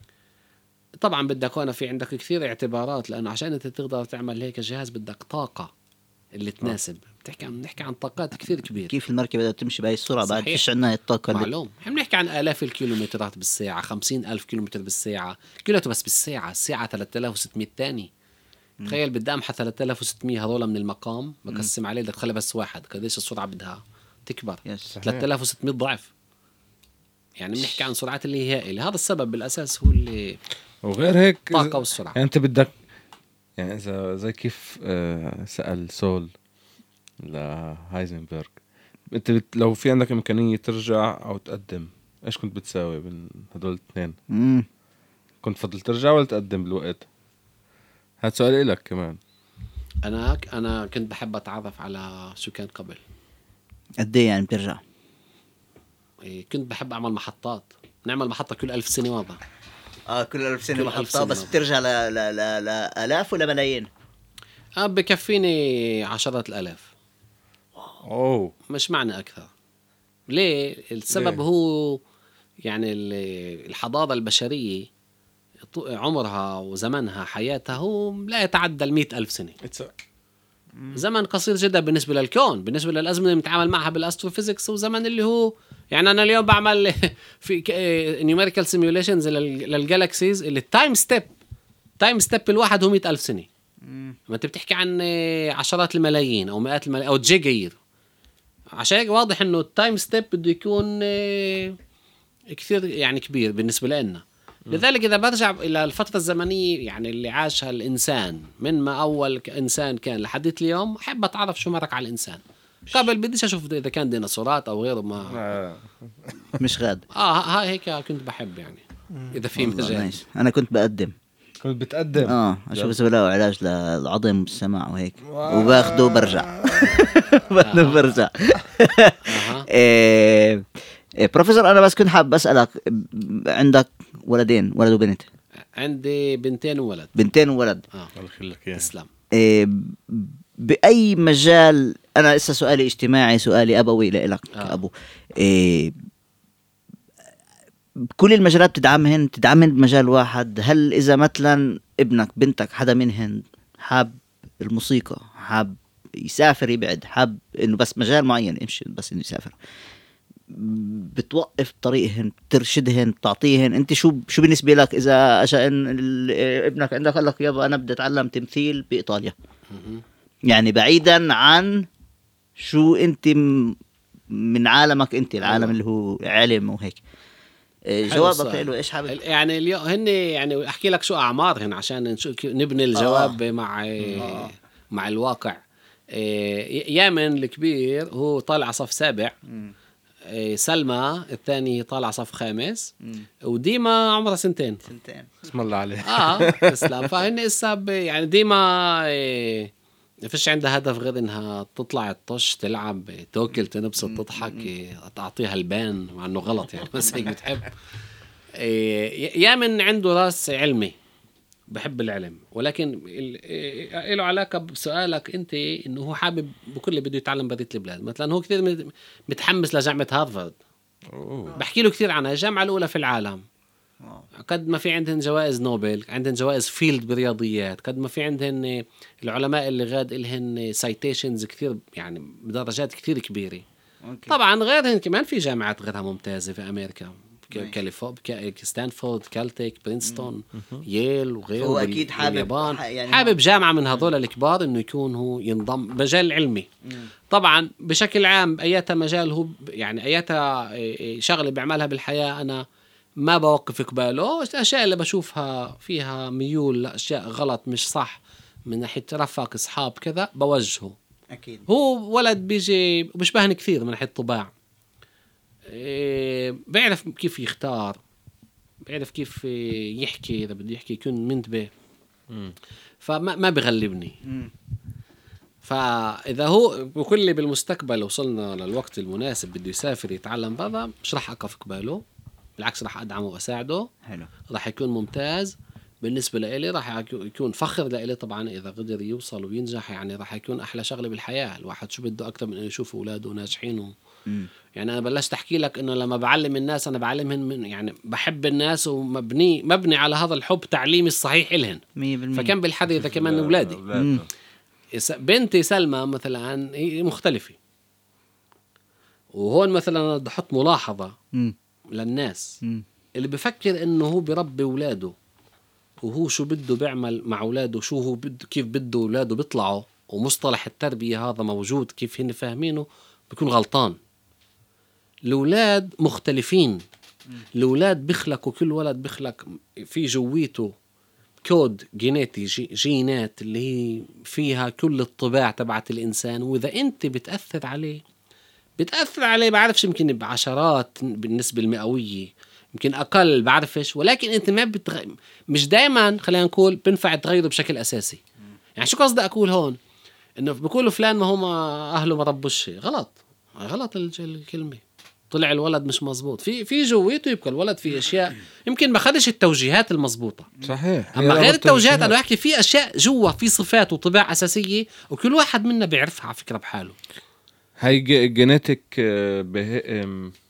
A: طبعا بدك هنا في عندك كثير اعتبارات، لأنه عشان أنت تقدر تعمل هيك جهاز بدك طاقة اللي تناسب. بنحكي عن طاقات كثير كبيرة.
C: كيف المركبة بدها تمشي بهاي السرعة؟ بعد فيش عنا الطاقة.
A: معلوم. احنا بنحكي عن آلاف الكيلومترات بالساعة، 50,000 كيلومتر بالساعة. كيلومتر بس بالساعة، الساعة 3600 تاني. تخيل بدي أمحى 3600 هذولا من المقام بقسم عليه، بدك تخلي بس واحد، قديش السرعة بدها تكبر؟ 3600 ضعف. يعني بنحكي عن سرعات اللي هي هائلة. هذا السبب بالأساس هو اللي
B: وغير هيك
A: الطاقة والسرعة.
B: يعني أنت بدك يعني إذا زي كيف سأل سول لهايزنبرغ، أنت لو في عندك إمكانية ترجع أو تقدم، إيش كنت بتساوي بين هدول الاثنين؟ كنت فضل ترجع ولا تقدم بالوقت؟ هاد سؤال لك كمان.
A: أنا كنت بحب أتعرف على شو كان قبل.
C: قد إيه يعني بترجع؟
A: كنت بحب أعمل محطات، نعمل محطة كل 1000 سنة واضح.
C: كل 1000 سنة محطة، بس بترجع لآلاف ولا ملايين؟
A: بكفيني 10,000. مش معنى أكثر. ليه؟ السبب هو يعني الحضارة البشرية عمرها وزمنها حياتها هو لا يتعدى 100,000 سنة. زمن قصير جدا بالنسبة للكون، بالنسبة للأزمنة اللي بنتعامل معها بالأستروفيزيكس، وزمن اللي هو يعني انا اليوم بعمل في نيوميريكال سيميوليشنز للجالاكسيز اللي تايم ستيب الواحد هو 100,000 سنه. ما انت بتحكي عن عشرات الملايين او مئات الملايين او جيجاير، عشان هيك واضح انه التايم ستيب بده يكون كثير يعني كبير بالنسبه لنا. لذلك اذا برجع الى الفتره الزمنيه يعني اللي عاشها الانسان من ما اول انسان كان لحد اليوم، احب اتعرف شو مرق على الانسان قبل. بديش اشوف اذا كان ديناصورات او غيره، ما
C: مش غاد.
A: هاي هيك كنت بحب يعني اذا في مجال.
C: انا كنت بقدم اشوف اذا بلاقوا علاج للعظم والسمع وهيك وباخده وبرجع. برجع. بروفيسور انا بس كنت حابب اسالك، عندك ولدين، ولد وبنت؟
A: عندي بنتين وولد.
C: بنتين وولد.
B: الله يخليك يا
A: تسلم.
C: باي مجال، انا لسه سؤالي اجتماعي، سؤالي ابوي لك كابو. كل المجالات تدعمهن بمجال واحد؟ هل اذا مثلا ابنك بنتك حدا منهن حاب الموسيقى، حاب يسافر يبعد، حاب انه بس مجال معين يمشي بس انه يسافر، بتوقف طريقهن، بترشدهن، بتعطيهن؟ انت شو بالنسبه لك اذا اجى ابنك عندك قال لك يابا انا بدي اتعلم تمثيل بايطاليا، يعني بعيدا عن شو انت من عالمك انت، العالم اللي هو علم وهيك، جوابك له ايش حابب؟
A: يعني اليوم هن يعني احكي لك شو اعمارهن عشان نبني الجواب مع الواقع. يامن الكبير هو طالع صف 7، سلمى الثاني طالع صف 5، وديما عمرها 2 سنين.
B: اسم الله عليه.
A: تسلم. فهن إسا يعني ديما فيش عندها هدف غير انها تطلع تطش تلعب تاكل تنبسط تضحك، تعطيها البان مع انه غلط يعني بس هيك بتحب. يامن عنده راس علمي، بحب العلم، ولكن له علاقة بسؤالك انت انه هو حابب بكل اللي بده يتعلم برية البلاد. مثلا هو كثير متحمس لجامعة هارفارد، بحكي له كثير عنها، الجامعة الأولى في العالم، قد ما في عندهن جوائز نوبل، عندهن جوائز فيلد برياضيات، قد ما في عندهن العلماء اللي غاد إلهن سايتيشنز كثير يعني بدرجات كثير كبيرة. طبعا غيرهن كمان في جامعات غيرها ممتازة في أمريكا، كاليفورنيا، ستانفورد، كالتك، برينستون، ييل وغيره.
C: هو أكيد حابب
A: يعني حابب جامعة من هذول الكبار إنه يكون هو ينضم مجال علمي. طبعا بشكل عام أياتها مجال هو يعني أياتها شغلة بيعملها بالحياة أنا ما بوقف قباله. الأشياء اللي بشوفها فيها ميول لأشياء غلط مش صح من ناحية رفاق أصحاب كذا بوجهه.
C: أكيد.
A: هو ولد بيجي بيشبهني كثير من ناحية طباع، بيعرف كيف يختار، بيعرف كيف يحكي، إذا بده يحكي يكون منتبه، فما بغلبني. فإذا هو بكل بالمستقبل وصلنا للوقت المناسب بده يسافر يتعلم برا، مش رح أقف قباله، بالعكس رح أدعمه وأساعده.
C: حلو.
A: رح يكون ممتاز بالنسبة لإلي، رح يكون فخر لإلي طبعا إذا قدر يوصل وينجح، يعني رح يكون أحلى شغلة بالحياة. الواحد شو بده أكتر من إنه يشوف أولاده ناجحين يعني أنا بلشت أحكي لك إنه لما بعلم الناس أنا بعلمهم من يعني بحب الناس ومبني على هذا الحب تعليمي الصحيح إلهن 100%. فكان بالحدي إذا كمان أولادي. بنتي سلمى مثلا هي مختلفة، وهون مثلا أنا بدي أحط ملاحظة للناس اللي بفكر إنه هو بربي أولاده وهو شو بده بيعمل مع أولاده، شو هو بده كيف بده أولاده بيطلعوا، ومصطلح التربية هذا موجود كيف هن فاهمينه، بيكون غلطان. الأولاد مختلفين، الأولاد بيخلقوا، كل ولد بيخلق في جويته كود جيناتي، جينات اللي هي فيها كل الطباع تبعت الإنسان، وإذا أنت بتأثر عليه بعرفش يمكن بعشرات بالنسبة المئوية، يمكن أقل بعرفش، ولكن أنت ما مش دايما خلينا نقول بنفع تغيره بشكل أساسي. يعني شو قصدي أقول هون؟ إنه بيقولوا فلان ما هم أهله ما ربوش، غلط الكلمة، طلع الولد مش مزبوط، في جويته يبقى الولد في أشياء يمكن ما خدش التوجيهات المزبوطة.
B: صحيح.
A: أما غير التوجيهات أنا بحكي في أشياء جوا، في صفات وطباع أساسية وكل واحد منا بيعرفها على فكرة بحاله.
B: هاي جينيتك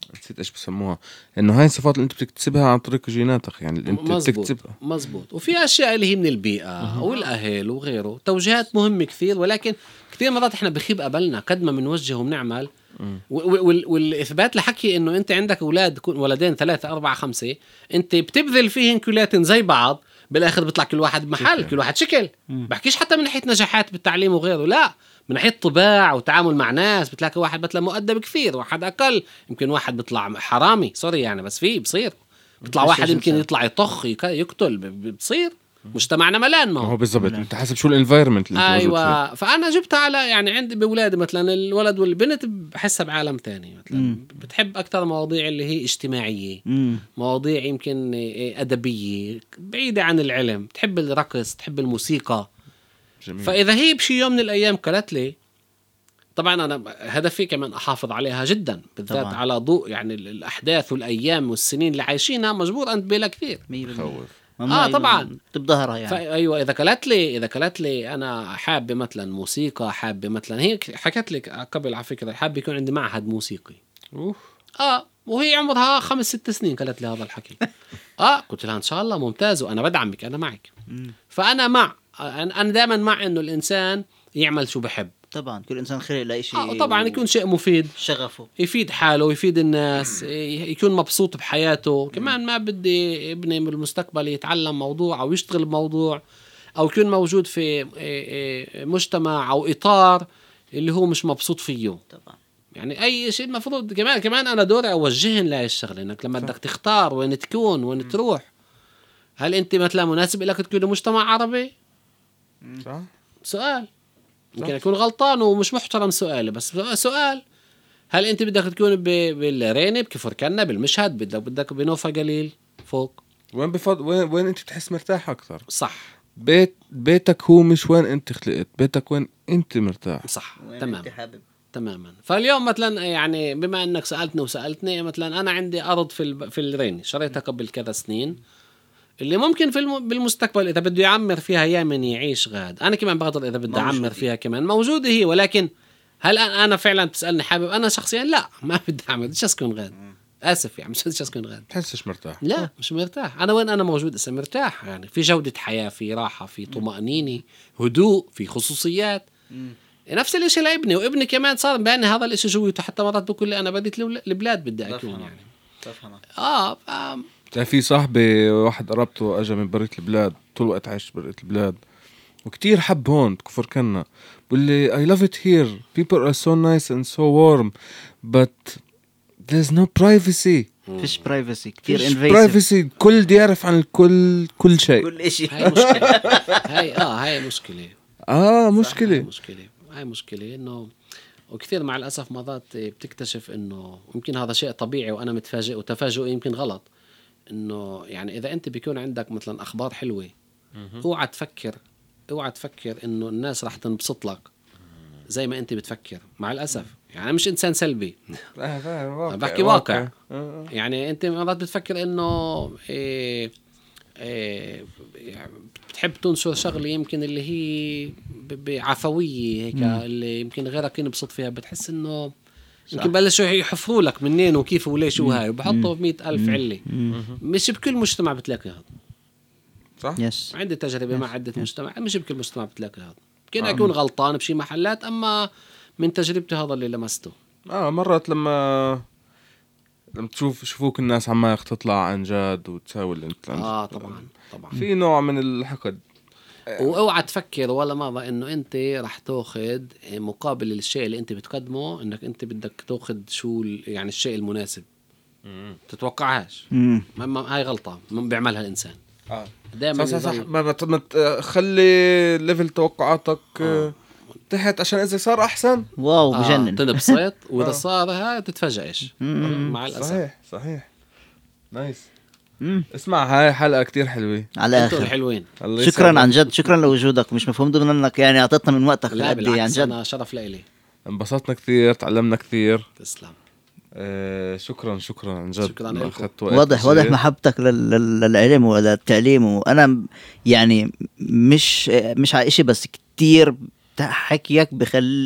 B: نسيت ايش بسموها، انه هاي الصفات اللي انت بتكتسبها عن طريق جيناتك، يعني اللي انت بتكتسبها.
A: مزبوط. وفي اشياء اللي هي من البيئه والاهل وغيره، توجيهات مهمه كثير، ولكن كثير مرات احنا بخيب قبلنا قد ما بنوجه وبنعمل. والاثبات لحكي انه انت عندك اولاد، ولدين 3 4 5، انت بتبذل فيهن كلياتن زي بعض، بالاخر بيطلع كل واحد بمحل، كل واحد شكل. بحكيش حتى من ناحيه نجاحات بالتعليم وغيره، لا، من ناحيه طباع وتعامل مع ناس. بتلاقي واحد بيطلع مؤدب كثير، واحد اقل، يمكن واحد بيطلع حرامي، سوري يعني، بس فيه بصير بيطلع واحد يمكن يطلع يطخ يقتل، بتصير. مجتمعنا ملان ما
B: هو بالضبط. انت حسب شو الانفايرمنت اللي انت
A: ايوه. فانا جبتها على يعني عندي باولادي مثلا الولد والبنت بحسها بعالم تاني مثلا. بتحب اكثر مواضيع اللي هي اجتماعيه، مواضيع يمكن ادبيه بعيده عن العلم، تحب الرقص، تحب الموسيقى. جميل. فاذا هي بشي يوم من الايام قالت لي، طبعا انا هدفي كمان احافظ عليها جدا، بالذات طبعاً. على ضوء يعني الاحداث والايام والسنين اللي عايشينها، مجبور انتبه لها كثير. طبعا
C: تبظهرها يعني.
A: ايوه. اذا قالت لي انا حابه مثلا موسيقى، حابه مثلا، هي حكت لك قبل على فكره حابه يكون عندي معهد موسيقي. وهي عمرها 5-6 سنين قالت لي هذا الحكي. قلت لها ان شاء الله ممتاز، وانا بدعمك، انا معك. فانا انا دائما مع انه الانسان يعمل شو بحب.
C: طبعا كل انسان خلق له شيء،
A: طبعا يكون شيء مفيد،
C: شغفه
A: يفيد حاله ويفيد الناس، يكون مبسوط بحياته. كمان ما بدي ابني بالمستقبل يتعلم موضوع او يشتغل بموضوع او يكون موجود في مجتمع او اطار اللي هو مش مبسوط فيه. طبعا يعني اي شيء المفروض كمان انا دوري اوجهن لهي الشغله، انك لما بدك تختار وين تكون وين تروح، هل انت مثلا مناسب لك تكون مجتمع عربي؟
B: صح.
A: سؤال يمكن يكون غلطان ومش محترم سؤالي، بس سؤال. هل انت بدك تكون بالرينب كفركنا بالمشهد، بدك بنوفا قليل فوق؟
B: وين انت بتحس مرتاح اكثر؟
A: صح.
B: بيتك هو مش وين انت خلقت، بيتك وين انت مرتاح.
A: صح. تماما. فاليوم مثلا يعني بما انك سألتني مثلا، انا عندي ارض في الرين شريتها قبل كذا سنين، اللي ممكن بالمستقبل إذا بده يعمر فيها يمن يعيش غاد. أنا كمان بقدر إذا بدي أعمر فيها كمان موجودة هي، ولكن هل أنا فعلا تسألني حابب أنا شخصيا؟ لا، ما بدي أعمر، بديش أسكن غاد. آسف يعني، مش أسكن غاد.
B: تحسش مرتاح؟
A: لا مش مرتاح. أنا وين أنا موجود اسم مرتاح، يعني في جودة حياة، في راحة، في طمأنينة، هدوء، في خصوصيات. نفس الاشي لابني، وابني كمان صار بأني هذا الاشي جويته، حتى مرات بقول لي أنا بديت البلاد بدي أكون يعني.
B: في صاحبي واحد قربته أجا من برية البلاد، طول الوقت عايش برية البلاد وكتير حب هون كفر كنا. بقول لي I love it here, people are so nice and so warm but there's no privacy.
C: فيش privacy، كتير
B: privacy، كل دي يعرف عن كل شيء.
C: كل إشي.
A: هاي مشكلة. هاي مشكلة. هاي مشكلة إنه، وكثير مع الأسف مرات بتكتشف إنه يمكن هذا شيء طبيعي وأنا متفاجئ، وتفاجؤ يمكن غلط، إنه يعني إذا أنت بيكون عندك مثلا أخبار حلوة، اوعى تفكر إنه الناس راح تنبسط لك زي ما أنت بتفكر. مع الأسف يعني أنا مش إنسان سلبي، بحكي واقع. يعني أنت مرات بتفكر إنه بتحب تنشر شغلة يمكن اللي هي بعفوية هيك، اللي يمكن غيرك ينبسط فيها، بتحس إنه يمكن بلشوا يحفروا لك منين وكيف وليش وهاي، وبحطوا 100,000 علة. مش بكل مجتمع بتلاقي هذا.
B: صح؟
C: يس.
A: عندي تجربة مع عدة مجتمع، مش بكل مجتمع بتلاقي هذا. يمكن أكون غلطان بشي محلات، أما من تجربتي هذا اللي لمسته.
B: مرات لما شوفوك الناس عمالك تطلع عن جد وتساوي اللي انت
A: طبعا
B: في نوع من الحقد.
A: واوعى تفكر ولا مرة انه انت راح تاخذ مقابل الشيء اللي انت بتقدمه، انك انت بدك تاخذ شو يعني الشيء المناسب. تتوقعهاش. هاي غلطة بيعملها الانسان.
B: دائما صح. ما خلي ليفل توقعاتك تحت، عشان اذا صار احسن
C: واو بجنن
A: تنبسط، واذا صار هاي تتفاجئش. مع الاسف.
B: صحيح. نايس. اسمع، هاي حلقة كتير حلوة
C: على
A: انتوا حلوين.
C: شكرا عن جد، شكرا لوجودك، مش مفهوم ضمنك يعني اعطيتنا من وقتك.
A: لا بالعكس، عن جد انا شرف لإلي،
B: انبسطنا كثير، تعلمنا كثير.
A: تسلم.
B: شكرا عن جد.
C: واضح محبتك للعلم وللتعليم، وانا يعني مش على إشي، بس كتير حكيك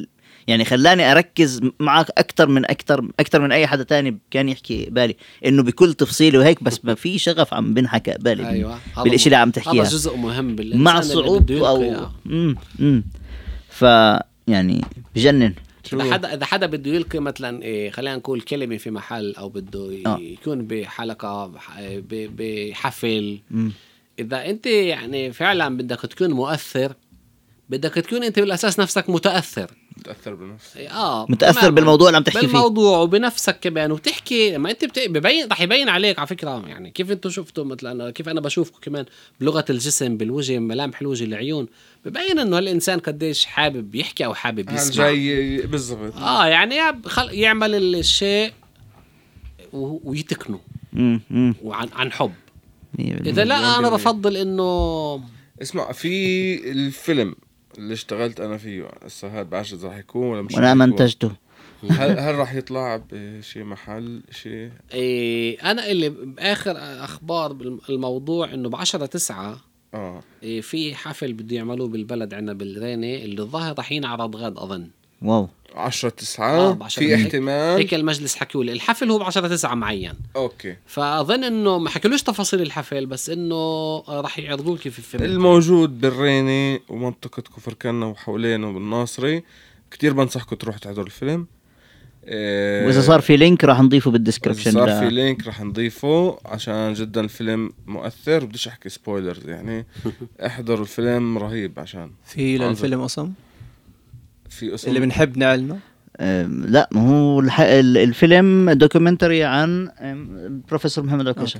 C: يعني خلاني اركز معك اكثر من اي حدا تاني كان يحكي بالي انه بكل تفصيله وهيك، بس ما في شغف عم بنحكى بالي.
A: ايوه
C: بالشيء اللي عم تحكيها
A: هذا جزء مهم بالإنسان
C: مع صعوبته او ف يعني بجنن.
A: اذا حدا بده يلقي مثلا إيه، خلينا نقول كلمه في محل او بده يكون بحلقه بحفل، اذا انت يعني فعلا بدك تكون مؤثر، بدك تكون انت بالاساس نفسك متاثر
B: بنفسك،
C: متاثر بالموضوع اللي عم تحكي فيه،
A: بالموضوع وبنفسك كمان، وتحكي ما انت ببين رح يبين عليك على فكره. يعني كيف انتم شفتوا مثلا، كيف انا بشوفكم كمان بلغه الجسم، بالوجه، ملامح الوجه، العيون، ببين انه هالانسان قديش حابب يحكي او حابب يسمع.
B: جاي بالضبط.
A: يعني يعمل الشيء ويتكنه وعن حب. اذا لا انا بفضل انه
B: اسمع، في الفيلم اللي اشتغلت انا فيه هسه هاد بعرفش راح يكون ولا مش،
C: وانا منتجته.
B: هل راح يطلع بشي محل شيء؟
A: انا اللي باخر اخبار بالموضوع انه ب10/9 في حفل بده يعملوه بالبلد عنا بالريني، اللي الظاهر راح ينعرض غد اظن.
C: واو
B: 10/9 في احتمال
A: هيك المجلس حكوا لي. الحفل هو ب10/9 معين.
B: اوكي.
A: فاظن انه ما حكولوش تفاصيل الحفل، بس انه راح يعرضوا لك في الفيلم
B: الموجود بالريني ومنطقة كفر كنا وحوالينه بالناصري. كتير بنصحكم تروحوا تحضروا الفيلم.
C: واذا صار في لينك راح نضيفه بالديسكربشن.
B: صار في لينك راح نضيفه عشان جدا الفيلم مؤثر. بديش احكي سبويلرز يعني. احضروا الفيلم رهيب. عشان
D: في للفيلم اسم
B: في اسم
D: اللي بنحب نعلنه.
C: لا، ما هو الفيلم دوكيومنتري عن بروفيسور محمد عكاشة.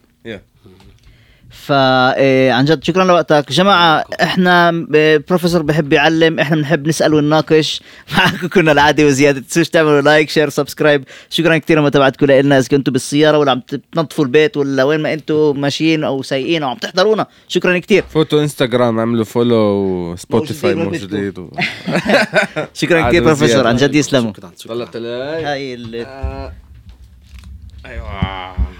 C: فعن جد شكرا لوقتك جماعة. احنا بروفيسور بحب يعلم، احنا بنحب نسأل ونناقش. معكم كنا العادي وزيادة. تنسوش تعملوا لايك شير سبسكرايب. شكرا كتير متابعتكم لنا. اذا كنتوا بالسيارة ولا عم تنظفوا البيت ولا وين ما انتوا ماشيين او سايقين او عم تحضرونا، شكرا كتير.
B: فوتو انستغرام، عملوا فولو، سبوتيفاي موجودين
C: شكرا كتير بروفيسور، عن جد يسلموا.
B: طلعت لي
C: هاي
B: ايوه